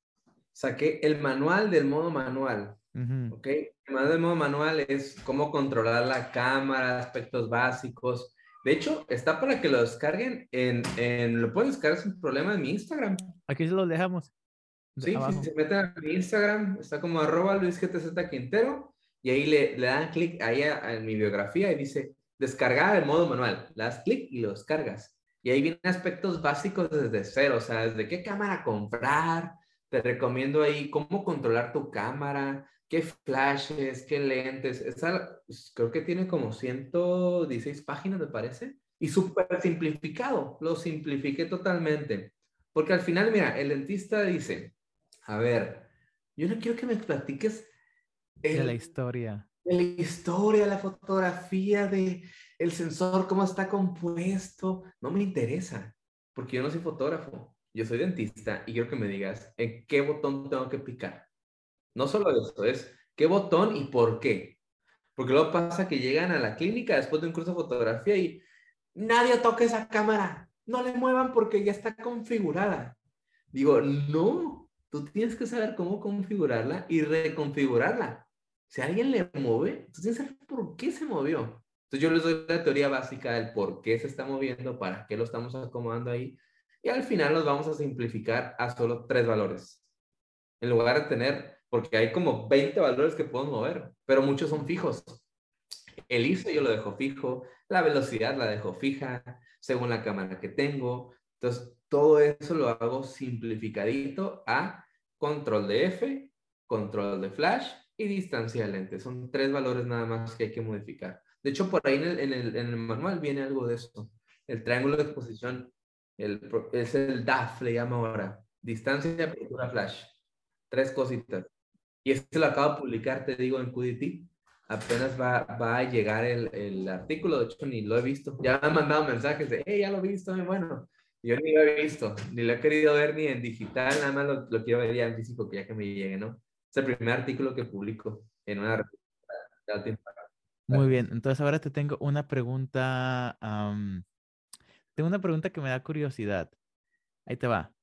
saqué el manual del modo manual. Ujú. ¿Ok? El manual del modo manual es cómo controlar la cámara, aspectos básicos. De hecho, está para que lo descarguen en, en lo pueden descargar sin problema en mi Instagram. Aquí se los dejamos de Sí, si abajo. se meten a mi Instagram, está como arroba Luis G T Z Quintero y ahí le, le dan clic ahí a, a mi biografía y dice descargar el modo manual. Le das clic y lo descargas. Y ahí vienen aspectos básicos desde cero, o sea, desde qué cámara comprar, te recomiendo ahí cómo controlar tu cámara, qué flashes, qué lentes. Esa, pues, creo que tiene como ciento dieciséis páginas, me parece. Y súper simplificado, lo simplifiqué totalmente. Porque al final, mira, el dentista dice, a ver, yo no quiero que me platiques De la el, historia. la historia, la fotografía de el sensor, cómo está compuesto. No me interesa, porque yo no soy fotógrafo. Yo soy dentista y quiero que me digas en qué botón tengo que picar. No solo eso, es qué botón y por qué. Porque luego pasa que llegan a la clínica después de un curso de fotografía y nadie toca esa cámara. No le muevan porque ya está configurada. Digo, no, tú tienes que saber cómo configurarla y reconfigurarla. Si alguien le mueve, tú tienes que saber por qué se movió. Entonces yo les doy la teoría básica del por qué se está moviendo, para qué lo estamos acomodando ahí. Y al final los vamos a simplificar a solo tres valores. En lugar de tener, porque hay como veinte valores que podemos mover, pero muchos son fijos. El I S O yo lo dejo fijo, la velocidad la dejo fija, según la cámara que tengo. Entonces, todo eso lo hago simplificadito a control de F, control de flash y distancia de lente. Son tres valores nada más que hay que modificar. De hecho, por ahí en el, en el, en el manual viene algo de esto. El triángulo de exposición el, es el D A F, le llamo ahora. Distancia, apertura, flash. Tres cositas. Y este lo acabo de publicar, te digo, en Q D T. Apenas va, va a llegar el, el artículo, de hecho ni lo he visto. Ya me han mandado mensajes de, hey, ya lo he visto, muy bueno. Yo ni lo he visto, ni lo he querido ver ni en digital, nada más lo, lo quiero ver ya en físico, que ya que me llegue, ¿no? Es el primer artículo que publico en una revista de alta impacto. Muy bien. Entonces ahora te tengo una pregunta. am, tengo una pregunta que me da curiosidad. Ahí te va.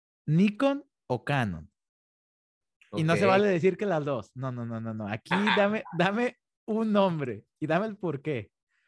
¿Nikon o Canon? Y Ok. no se vale decir que las dos. No, no, no, no, no. Aquí dame, dame un nombre y dame el por qué.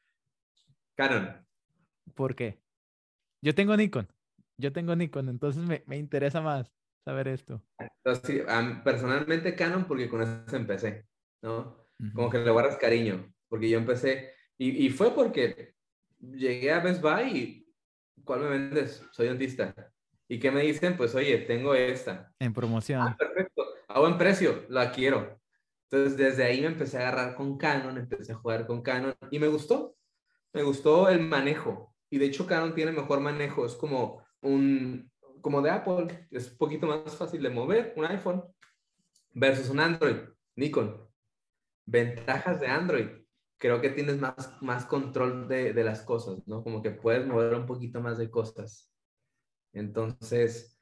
Canon. ¿Por qué? Yo tengo Nikon. Yo tengo Nikon, entonces me, me interesa más. saber esto. Entonces, sí, a mí, personalmente Canon porque con eso empecé, ¿no? Como Ujú. que le guardas cariño, porque yo empecé, y, y fue porque llegué a Best Buy y, ¿cuál me vendes? Soy dentista. ¿Y qué me dicen? Pues, oye, tengo esta. En Ah, promoción. perfecto, a buen precio, la quiero. Entonces, desde ahí me empecé a agarrar con Canon, empecé a jugar con Canon y me gustó, me gustó el manejo. Y de hecho, Canon tiene mejor manejo, es como un, como de Apple, es un poquito más fácil de mover, un iPhone versus un Android, Nikon. Ventajas de Android. Creo que tienes más, más control de, de las cosas, ¿no? Como que puedes mover un poquito más de cosas. Entonces,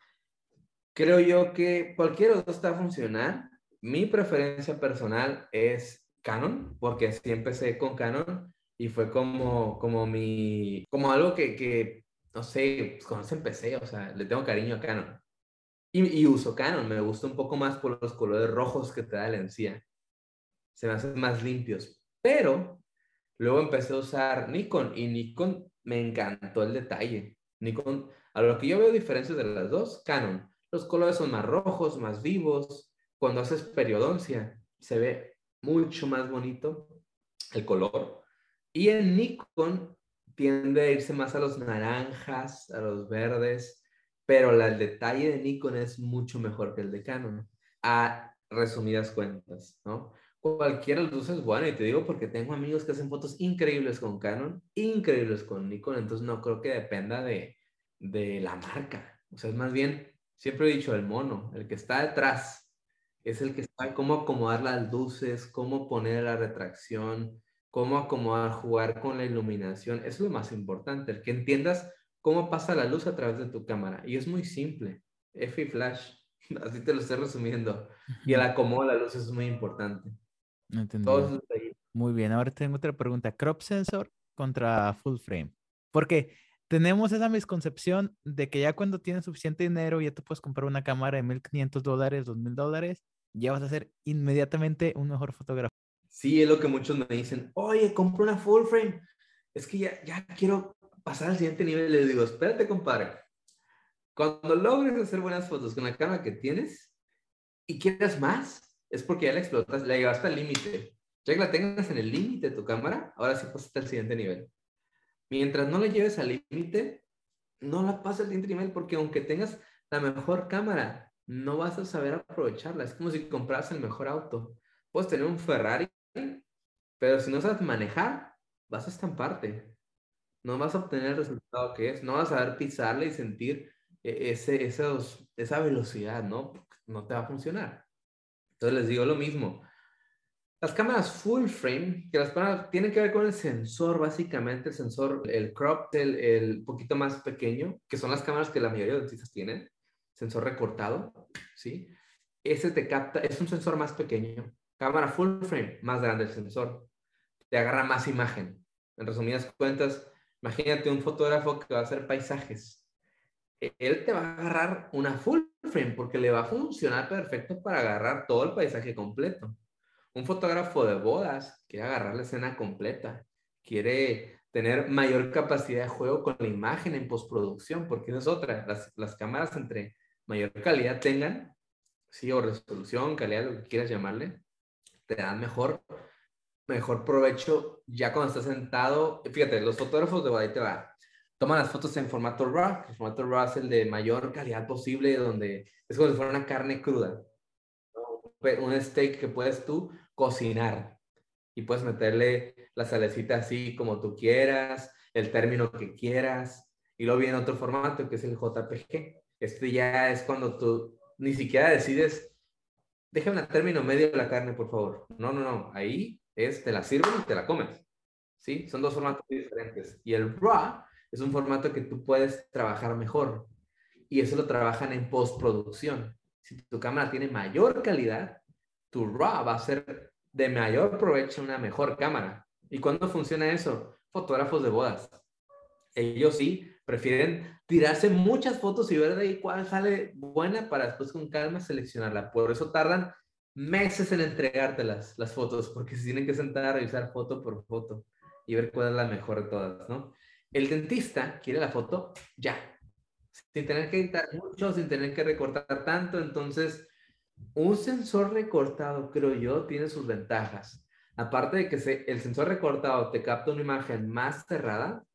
creo yo que cualquiera de los dos va a funcionar. Mi preferencia personal es Canon, porque así empecé con Canon y fue como, como mi, como algo que, que no sé, pues cuando se empecé, o sea, le tengo cariño a Canon. Y, y uso Canon, me gusta un poco más por los colores rojos que te da la encía. Se me hacen más limpios. Pero luego empecé a usar Nikon y Nikon me encantó el detalle. Nikon, a lo que yo veo diferencias de las dos, Canon. Los colores son más rojos, más vivos. Cuando haces periodoncia, se ve mucho más bonito el color. Y en Nikon tiende a irse más a los naranjas, a los verdes, pero la- el detalle de Nikon es mucho mejor que el de Canon, a resumidas cuentas, ¿no? Cualquiera de los dos es bueno, y te digo porque tengo amigos que hacen fotos increíbles con Canon, increíbles con Nikon, entonces no creo que dependa de, de la marca. O sea, es más bien, siempre he dicho, el mono, el que está detrás, es el que sabe cómo acomodar las luces, cómo poner la retracción, cómo acomodar, jugar con la iluminación. Eso es lo más importante, el que entiendas cómo pasa la luz a través de tu cámara. Y es muy simple, F y flash, así te lo estoy resumiendo. Y el Ujú. acomodo de la luz es muy importante. Todos Entendido. esos detalles. Muy bien, ahora tengo otra pregunta. Crop sensor contra full frame. Porque tenemos esa misconcepción de que ya cuando tienes suficiente dinero, ya te puedes comprar una cámara de mil quinientos dólares, dos mil dólares, ya vas a ser inmediatamente un mejor fotógrafo. Sí, es lo que muchos me dicen, oye, compra una full frame. Es que ya, ya quiero pasar al siguiente nivel. Les digo, espérate, compadre. Cuando logres hacer buenas fotos con la cámara que tienes y quieras más, es porque ya la explotas, la llevaste al límite. Ya que la tengas en el límite de tu cámara, ahora sí pasas al siguiente nivel. Mientras no la lleves al límite, no la pases al siguiente nivel porque aunque tengas la mejor cámara, no vas a saber aprovecharla. Es como si compras el mejor auto. Puedes tener un Ferrari, pero si no sabes manejar, vas a estamparte. No vas a obtener el resultado que es. No vas a saber pisarle y sentir e- ese, esos, esa velocidad, ¿no? No te va a funcionar. Entonces les digo lo mismo. Las cámaras full frame, que las cámaras tienen que ver con el sensor, básicamente, el sensor, el crop, el, el poquito más pequeño, que son las cámaras que la mayoría de dentistas tienen, sensor recortado, ¿sí? Ese te capta, es un sensor más pequeño. Cámara full frame, más grande el sensor, te agarra más imagen. En resumidas cuentas, imagínate un fotógrafo que va a hacer paisajes. E- Él te va a agarrar una full frame porque le va a funcionar perfecto para agarrar todo el paisaje completo. Un fotógrafo de bodas quiere agarrar la escena completa, quiere tener mayor capacidad de juego con la imagen en postproducción, porque esa es otra. Las, las cámaras entre mayor calidad tengan, sí, o resolución, calidad, lo que quieras llamarle, te dan mejor mejor provecho ya cuando estás sentado. Fíjate, los fotógrafos de boda, ahí te va. Toman las fotos en formato RAW. El formato RAW es el de mayor calidad posible, donde es como si fuera una carne cruda. Un steak que puedes tú cocinar y puedes meterle la salecita así como tú quieras, el término que quieras. Y luego viene otro formato que es el J P G. Este ya es cuando tú ni siquiera decides, déjame a término medio de la carne, por favor. No, no, no. Ahí es, te la sirven y te la comes. ¿Sí? Son dos formatos diferentes. Y el RAW es un formato que tú puedes trabajar mejor. Y eso lo trabajan en postproducción. Si tu cámara tiene mayor calidad, tu RAW va a ser de mayor provecho una mejor cámara. ¿Y cuándo funciona eso? Fotógrafos de bodas. Ellos sí prefieren tirarse muchas fotos y ver de ahí cuál sale buena para después con calma seleccionarla. Por eso tardan meses en entregarte las, las fotos, porque se tienen que sentar a revisar foto por foto y ver cuál es la mejor de todas, ¿no? El dentista quiere la foto ya. sin tener que editar mucho, sin tener que recortar tanto. Entonces, un sensor recortado, creo yo, tiene sus ventajas. Aparte de que se, el sensor recortado te capta una imagen más cerrada,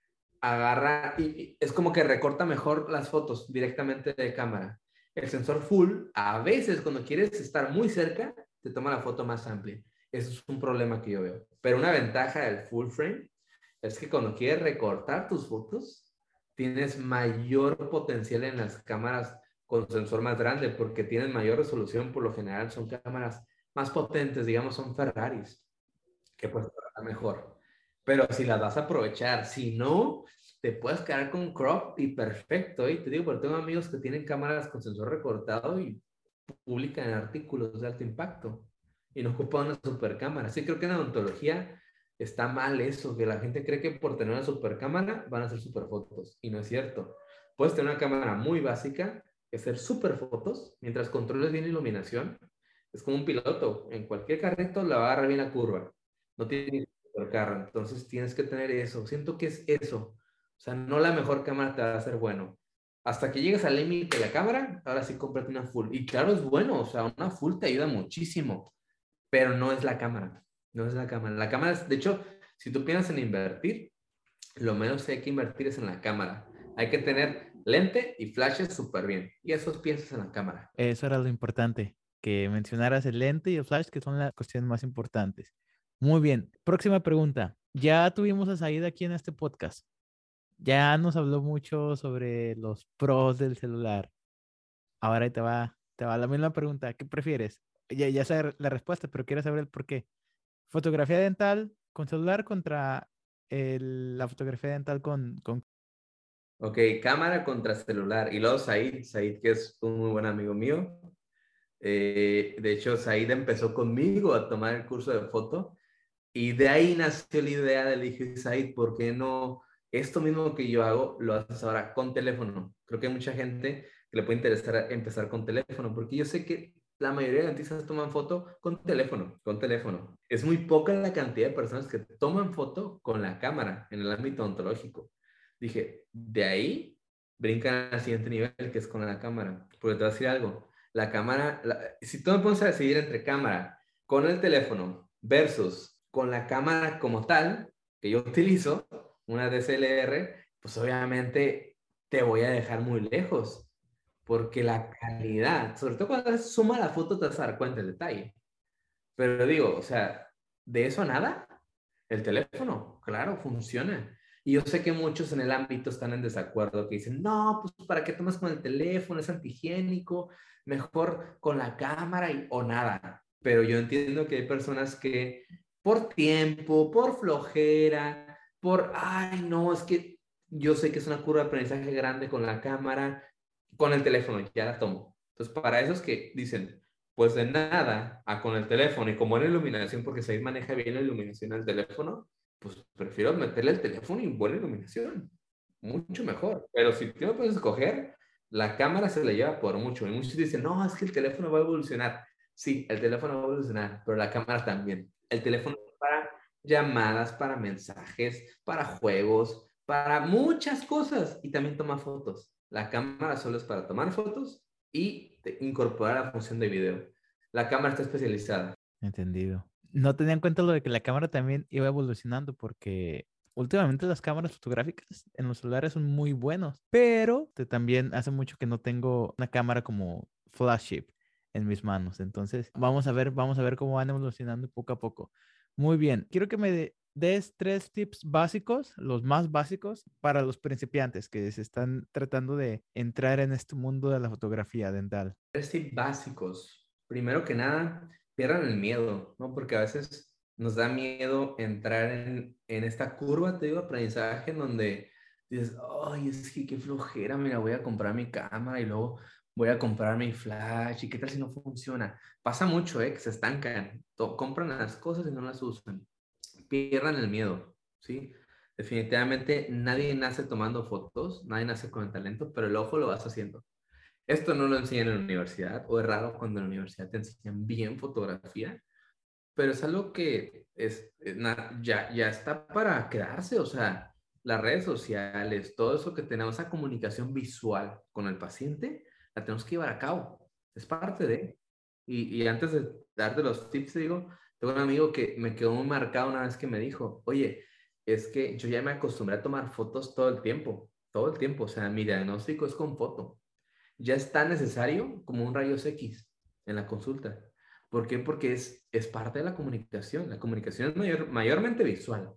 agarra y, y es como que recorta mejor las fotos directamente de cámara. El sensor full, a veces cuando quieres estar muy cerca, te toma la foto más amplia. Eso es un problema que yo veo. Pero una ventaja del full frame es que cuando quieres recortar tus fotos, tienes mayor potencial en las cámaras con sensor más grande porque tienen mayor resolución. Por lo general son cámaras más potentes, digamos, son Ferraris, que pues mejor. Pero si las vas a aprovechar, si no, te puedes quedar con crop y perfecto. Y te digo, porque tengo amigos que tienen cámaras con sensor recortado y publican artículos de alto impacto y no ocupan una super cámara. Sí, creo que en la odontología está mal eso, que la gente cree que por tener una super cámara van a hacer super fotos y no es cierto. Puedes tener una cámara muy básica y hacer super fotos mientras controles bien la iluminación. Es como un piloto, en cualquier carrito la va a agarrar bien la curva. No tiene super carro, entonces tienes que tener eso. Siento que es eso. O sea, no la mejor cámara te va a hacer bueno. Hasta que llegues al límite de la cámara, ahora sí cómprate una full. Y claro, es bueno, o sea, una full te ayuda muchísimo, pero no es la cámara. No es la cámara. La cámara es, de hecho, si tú piensas en invertir, lo menos que hay que invertir es en la cámara. Hay que tener lente y flashes súper bien. Y esos piensas en la cámara. Eso era lo importante, que mencionaras el lente y el flash, que son las cuestiones más importantes. Muy bien. Próxima pregunta. Ya tuvimos a Said aquí en este podcast. Ya nos habló mucho sobre los pros del celular. Ahora ahí te va, te va la misma pregunta. ¿Qué prefieres? Ya, ya sé la respuesta, pero quiero saber el por qué. Fotografía dental con celular contra el- la fotografía dental con, con... Ok, cámara contra celular. Y luego Said, Said que es un muy buen amigo mío. Eh, de hecho, Said empezó conmigo a tomar el curso de foto. Y de ahí nació la idea de dije, Said, ¿por qué no esto mismo que yo hago lo haces ahora con teléfono? Creo que hay mucha gente que le puede interesar empezar con teléfono, porque yo sé que la mayoría de dentistas toman foto con teléfono, con teléfono. Es muy poca la cantidad de personas que toman foto con la cámara en el ámbito ontológico. Dije, de ahí brincan al siguiente nivel, que es con la cámara. Porque te voy a decir algo, la cámara, la, si tú me pones a decidir entre cámara con el teléfono versus con la cámara como tal, que yo utilizo, una D S L R, pues obviamente te voy a dejar muy lejos, porque la calidad, sobre todo cuando suma la foto, te vas a dar cuenta del detalle. Pero digo, o sea, de eso a nada, el teléfono, claro, funciona. Y yo sé que muchos en el ámbito están en desacuerdo, que dicen, no, pues ¿para qué tomas con el teléfono? Es antihigiénico, mejor con la cámara y, o nada. Pero yo entiendo que hay personas que por tiempo, por flojera, por, ay, no, es que yo sé que es una curva de aprendizaje grande con la cámara, con el teléfono, ya la tomo. Entonces, para esos que dicen, pues de nada a con el teléfono y como buena iluminación, porque si ahí maneja bien la iluminación al teléfono, pues prefiero meterle el teléfono y buena iluminación. Mucho mejor. Pero si tú me puedes escoger, la cámara se la lleva por mucho. Y muchos dicen, no, es que el teléfono va a evolucionar. Sí, el teléfono va a evolucionar, pero la cámara también. El teléfono es para llamadas, para mensajes, para juegos, para muchas cosas y también toma fotos. La cámara solo es para tomar fotos y incorporar la función de video. La cámara está especializada. Entendido. No tenía en cuenta lo de que la cámara también iba evolucionando porque últimamente las cámaras fotográficas en los celulares son muy buenos, pero te- también hace mucho que no tengo una cámara como flagship en mis manos. Entonces, vamos a ver, vamos a ver cómo van evolucionando poco a poco. Muy bien. Quiero que me de- des tres tips básicos, los más básicos para los principiantes que se están tratando de entrar en este mundo de la fotografía dental. Tres tips básicos. Primero que nada, pierdan el miedo, ¿no? Porque a veces nos da miedo entrar en, en esta curva, te digo, aprendizaje en donde dices, ay, es que qué flojera, mira, voy a comprar mi cámara y luego voy a comprar mi flash y qué tal si no funciona. Pasa mucho, ¿eh? Que se estancan, to- compran las cosas y no las usan. Pierdan el miedo, ¿sí? Definitivamente nadie nace tomando fotos, nadie nace con el talento, pero el ojo lo vas haciendo. Esto no lo enseñan en la universidad, o es raro cuando en la universidad te enseñan bien fotografía, pero es algo que es, es na- ya, ya está para quedarse, o sea, las redes sociales, todo eso que tenemos, esa comunicación visual con el paciente, la tenemos que llevar a cabo. Es parte de. Y, y antes de darte los tips, te digo, tengo un amigo que me quedó muy marcado una vez que me dijo, oye, es que yo ya me acostumbré a tomar fotos todo el tiempo, todo el tiempo. O sea, mi diagnóstico es con foto. Ya es tan necesario como un rayos X en la consulta. ¿Por qué? Porque es, es parte de la comunicación. La comunicación es mayor, mayormente visual.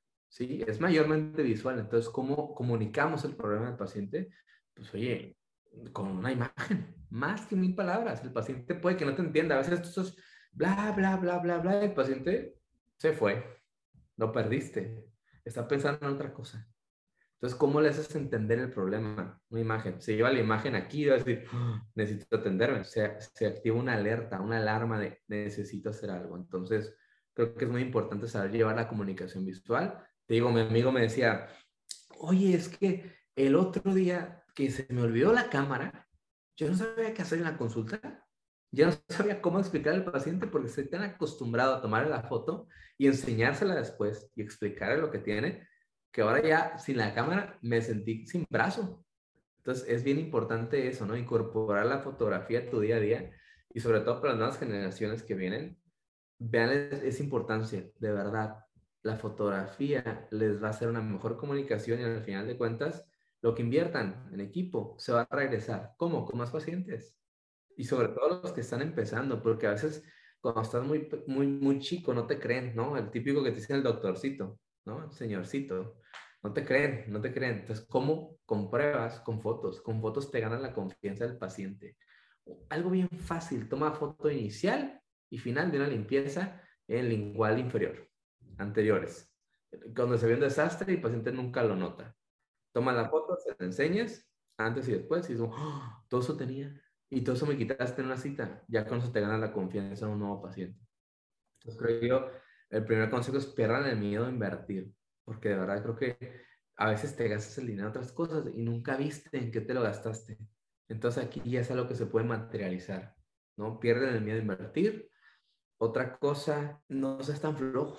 Sí, es mayormente visual. Entonces, ¿cómo comunicamos el problema del paciente? Pues, oye, con una imagen, más que mil palabras. El paciente puede que no te entienda. A veces tú estás bla, bla, bla, bla, bla. El paciente se fue. Lo perdiste. Está pensando en otra cosa. Entonces, ¿cómo le haces entender el problema? Una imagen. Se lleva la imagen aquí y va a decir, "Ah, necesito atenderme". Se, se activa una alerta, una alarma de necesito hacer algo. Entonces, creo que es muy importante saber llevar la comunicación visual. Te digo, mi amigo me decía, oye, es que el otro día que se me olvidó la cámara, yo no sabía qué hacer en la consulta. Ya no sabía cómo explicar al paciente porque estoy tan acostumbrado a tomar la foto y enseñársela después y explicarle lo que tiene, que ahora ya sin la cámara me sentí sin brazo. Entonces es bien importante eso, ¿no? Incorporar la fotografía a tu día a día y sobre todo para las nuevas generaciones que vienen, vean esa importancia, de verdad. La fotografía les va a hacer una mejor comunicación y al final de cuentas, lo que inviertan en equipo se va a regresar. ¿Cómo? Con más pacientes. Y sobre todo los que están empezando, porque a veces cuando estás muy, muy, muy chico no te creen, ¿no? El típico que te dice el doctorcito, ¿no? El señorcito. No te creen, no te creen. Entonces, ¿cómo? Con pruebas, con fotos. Con fotos te ganan la confianza del paciente. Algo bien fácil, toma foto inicial y final de una limpieza en lingual inferior, anteriores. Cuando se ve un desastre y el paciente nunca lo nota. Toma la foto, se la enseñas, antes y después, y dices, "Oh, todo eso tenía, y todo eso me quitaste en una cita". Ya con eso te gana la confianza de un nuevo paciente. Entonces creo yo, el primer consejo es pierdan el miedo a invertir, porque de verdad creo que a veces te gastas el dinero en otras cosas y nunca viste en qué te lo gastaste. Entonces aquí ya es algo que se puede materializar, ¿no? Pierden el miedo a invertir. Otra cosa, no seas tan flojo.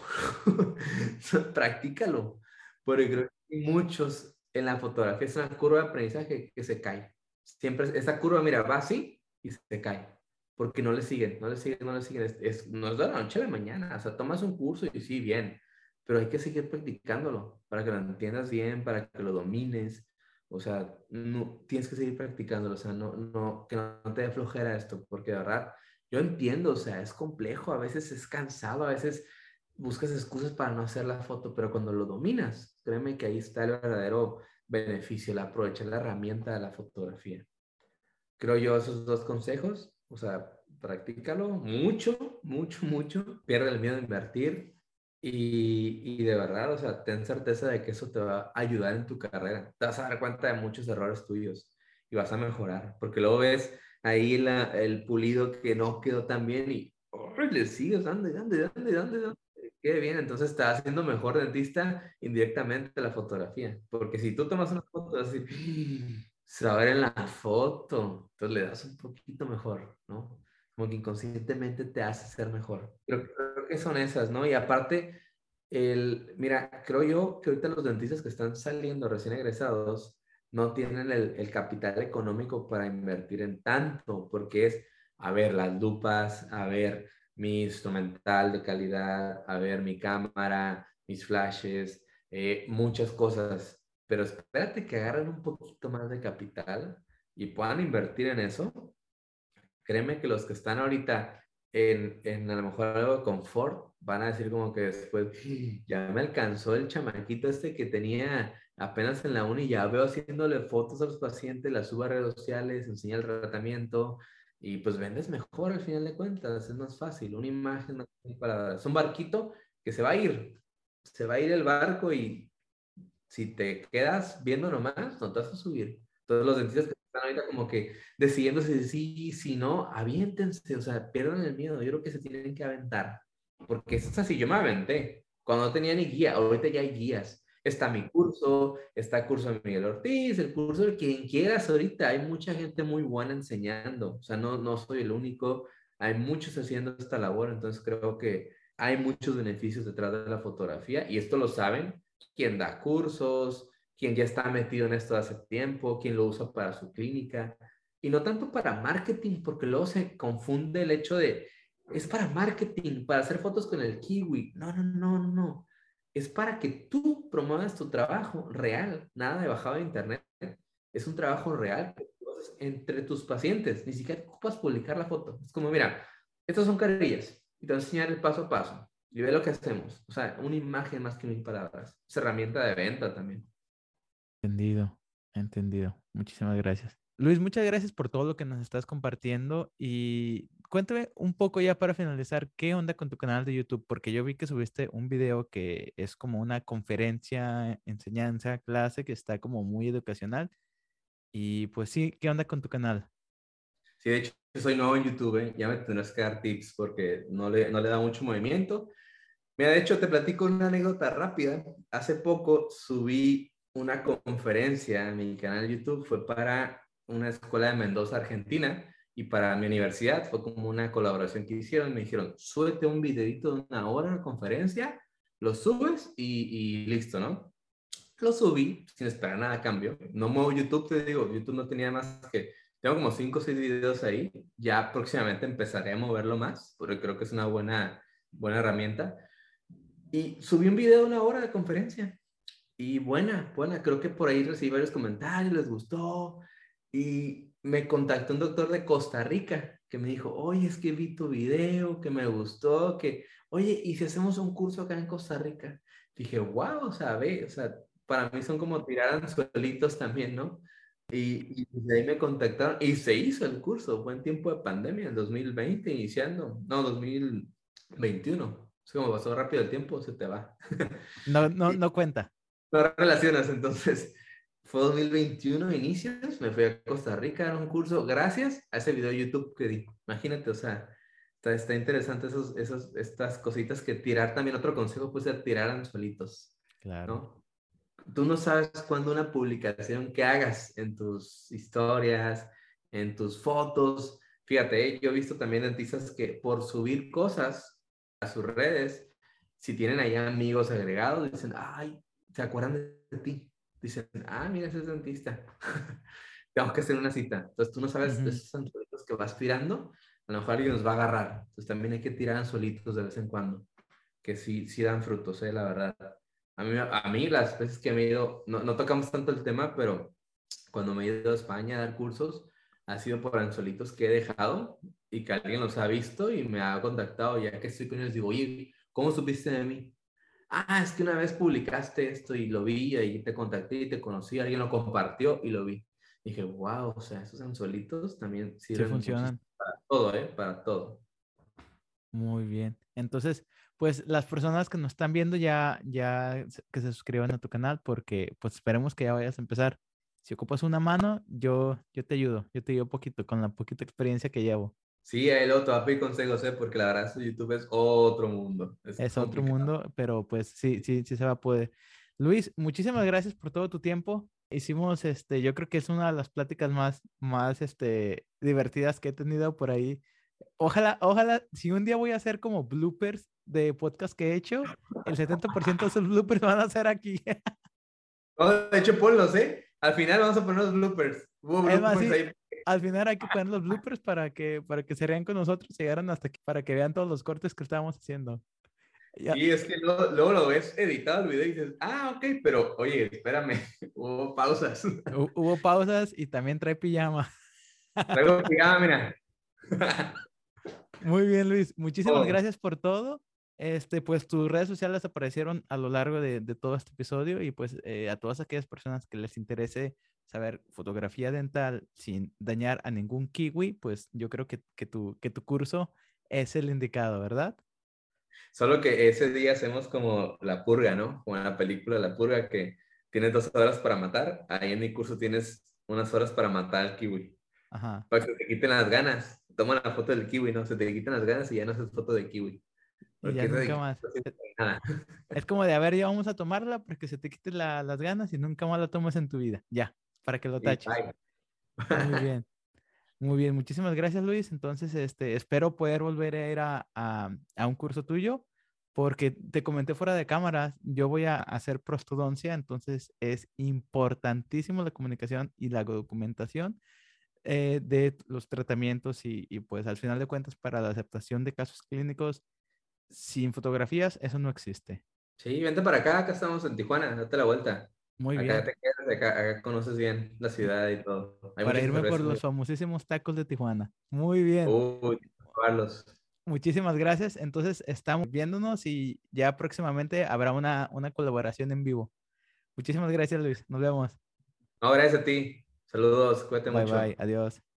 Practícalo. Porque creo que muchos en la fotografía es una curva de aprendizaje que se cae. Siempre es- esa curva, mira, va así y se cae. Porque no le siguen, no le siguen, no le siguen. Es, es- no es de la noche a la mañana. O sea, tomas un curso y sí, bien. Pero hay que seguir practicándolo para que lo entiendas bien, para que lo domines. O sea, no, tienes que seguir practicándolo. O sea, no, no, que no te dé flojera esto. Porque de verdad yo entiendo, o sea, es complejo, a veces es cansado, a veces buscas excusas para no hacer la foto, pero cuando lo dominas, créeme que ahí está el verdadero beneficio, el aprovechar la herramienta de la fotografía. Creo yo esos dos consejos, o sea, practícalo mucho, mucho, mucho, pierde el miedo a invertir y, y de verdad, o sea, ten certeza de que eso te va a ayudar en tu carrera. Te vas a dar cuenta de muchos errores tuyos y vas a mejorar, porque luego ves ahí la, el pulido que no quedó tan bien y ¡ay! Le sigues dando y dando y dando y dando y dando. Qué bien, entonces estás haciendo mejor dentista indirectamente la fotografía, porque si tú tomas una foto así, se va a ver en la foto, entonces le das un poquito mejor, ¿no? Como que inconscientemente te hace ser mejor. Creo, creo que son esas, ¿no? Y aparte, el, mira, creo yo que ahorita los dentistas que están saliendo recién egresados no tienen el, el capital económico para invertir en tanto, porque es, a ver, las lupas, a ver, mi instrumental de calidad, a ver, mi cámara, mis flashes, eh, muchas cosas. Pero espérate que agarren un poquito más de capital y puedan invertir en eso. Créeme que los que están ahorita en, en a lo mejor algo de confort van a decir como que después, ya me alcanzó el chamaquito este que tenía apenas en la uni, ya veo haciéndole fotos a los pacientes, las subo a redes sociales, enseña el tratamiento y pues vendes mejor al final de cuentas, es más fácil, una imagen, no tiene palabras. Es un barquito que se va a ir, se va a ir el barco y si te quedas viendo nomás, no te vas a subir. Todos los dentistas que están ahorita como que decidiéndose si sí, si no, aviéntense, o sea, pierdan el miedo. Yo creo que se tienen que aventar. Porque es así, yo me aventé. Cuando no tenía ni guía, ahorita ya hay guías. Está mi curso, está el curso de Miguel Ortiz, el curso de quien quieras ahorita. Hay mucha gente muy buena enseñando. O sea, no, no soy el único. Hay muchos haciendo esta labor. Entonces creo que hay muchos beneficios detrás de la fotografía y esto lo saben quién da cursos, quién ya está metido en esto hace tiempo, quién lo usa para su clínica. Y no tanto para marketing, porque luego se confunde el hecho de, es para marketing, para hacer fotos con el kiwi. No, no, no, no. Es para que tú promuevas tu trabajo real, nada de bajado de internet. Es un trabajo real que tú haces entre tus pacientes. Ni siquiera ocupas publicar la foto. Es como, mira, estas son carillas y te voy a enseñar el paso a paso. Y ve lo que hacemos. O sea, una imagen más que mil palabras. Es herramienta de venta también. Entendido, entendido. Muchísimas gracias. Luis, muchas gracias por todo lo que nos estás compartiendo y cuéntame un poco ya para finalizar, ¿qué onda con tu canal de YouTube? Porque yo vi que subiste un video que es como una conferencia, enseñanza, clase que está como muy educacional y pues sí, ¿qué onda con tu canal? Sí, de hecho, soy nuevo en YouTube, ¿eh? Ya me tendrás que dar tips porque no le, no le da mucho movimiento. Mira, de hecho, te platico una anécdota rápida. Hace poco subí una conferencia en mi canal de YouTube, fue para una escuela de Mendoza, Argentina, y para mi universidad, fue como una colaboración que hicieron. Me dijeron, súbete un videito de una hora en la conferencia, lo subes y, y listo, ¿no? Lo subí sin esperar nada a cambio. No muevo YouTube, te digo, YouTube no tenía más que, tengo como cinco o seis videos ahí. Ya próximamente empezaré a moverlo más, porque creo que es una buena, buena herramienta. Y subí un video de una hora de conferencia. Y buena, buena. Creo que por ahí recibí varios comentarios, les gustó. Y me contactó un doctor de Costa Rica que me dijo, oye, es que vi tu video, que me gustó, que, oye, ¿y si hacemos un curso acá en Costa Rica? Dije, wow, o sea, ve, o sea, para mí son como tirar anzuelitos también, ¿no? Y, y de ahí me contactaron y se hizo el curso. Fue en tiempo de pandemia, en dos mil veinte, iniciando. No, dos mil veintiuno. Es como pasó rápido el tiempo, se te va. No, no, Y no cuenta. no relacionas, entonces fue dos mil veintiuno, inicios, me fui a Costa Rica a dar un curso gracias a ese video de YouTube que di. Imagínate, o sea, está, está interesante esos, esos, estas cositas que tirar también. Otro consejo puede ser tirar anzuelitos, Claro. ¿no? Tú no sabes cuándo una publicación que hagas en tus historias, en tus fotos. Fíjate, ¿eh? Yo he visto también dentistas que por subir cosas a sus redes, si tienen ahí amigos agregados, dicen, ay, se acuerdan de ti. Dicen, ah, mira, ese es dentista. Tengo que hacer una cita. Entonces tú no sabes de Ujú. esos anzuelitos que vas tirando, a lo mejor alguien nos va a agarrar. Entonces también hay que tirar anzuelitos de vez en cuando, que sí, sí dan frutos, ¿eh? La verdad. A mí, a mí las veces que me he ido, no, no tocamos tanto el tema, pero cuando me he ido a España a dar cursos, ha sido por anzuelitos que he dejado y que alguien los ha visto y me ha contactado. Ya que estoy con ellos, digo, oye, ¿cómo supiste de mí? Ah, es que una vez publicaste esto y lo vi y ahí te contacté y te conocí, alguien lo compartió y lo vi. Dije, wow, o sea, esos anzuelitos también Sí sirven muchísimo funcionan. para todo, ¿eh? Para todo. Muy bien. Entonces, pues las personas que nos están viendo ya, ya se- que se suscriban a tu canal porque pues esperemos que ya vayas a empezar. Si ocupas una mano, yo, yo te ayudo. Yo te ayudo poquito con la poquita experiencia que llevo. Sí, ahí luego te voy a pedir consejos, ¿eh? Porque la verdad, su YouTube es otro mundo. Es Es otro complicado. mundo, pero pues sí, sí, sí se va a poder. Luis, muchísimas gracias por todo tu tiempo. Hicimos, este, yo creo que es una de las pláticas más, más, este, divertidas que he tenido por ahí. Ojalá, ojalá, si un día voy a hacer como bloopers de podcast que he hecho, el setenta por ciento de esos bloopers van a ser aquí. No, de hecho, ponlos, ¿eh? Al final vamos a poner los bloopers. Hubo Es más, bloopers sí, ahí. al final hay que poner los bloopers para que, para que se rían con nosotros y llegaran hasta aquí, para que vean todos los cortes que estábamos haciendo. Ya, Sí, es que luego, luego lo ves editado el video y dices, ah, ok, pero oye, espérame, hubo pausas. hu- hubo pausas y también trae pijama. Traigo pijama, mira. Muy bien, Luis. Muchísimas Oh, gracias por todo. Este, pues tus redes sociales aparecieron a lo largo de, de todo este episodio y pues eh, a todas aquellas personas que les interese saber fotografía dental sin dañar a ningún kiwi, pues yo creo que, que tu, que tu curso es el indicado, ¿verdad? solo que ese día hacemos como la purga, ¿no? Como en la película La Purga, que tienes dos horas para matar. Ahí en mi curso tienes unas horas para matar al kiwi. Ajá. Para que se te quiten las ganas. Toma la foto del kiwi, ¿no? Se te quitan las ganas y ya no haces foto de kiwi. Y Porque ya esa de nunca kiwi más. no sirve Es de nada. es como de, a ver, ya vamos a tomarla porque se te quiten la- las ganas y nunca más la tomas en tu vida. Ya, para que lo Y taches. bye. Muy bien. Muy bien, muchísimas gracias, Luis. Entonces, este, espero poder volver a ir a, a, a un curso tuyo porque te comenté fuera de cámara, yo voy a hacer prostodoncia, entonces es importantísimo la comunicación y la documentación eh, de los tratamientos y, y pues al final de cuentas para la aceptación de casos clínicos sin fotografías, eso no existe. Sí, vente para acá, acá estamos en Tijuana, date la vuelta. Muy Acá bien. te quedas, acá, acá conoces bien la ciudad y todo. Hay Para muchas irme por cervezas los muy... famosísimos tacos de Tijuana. Muy bien. Uy, Carlos. Muchísimas gracias. Entonces estamos viéndonos y ya próximamente habrá una, una colaboración en vivo. Muchísimas gracias, Luis. Nos vemos. No, gracias a ti. Saludos, cuídate Bye bye. mucho. Adiós.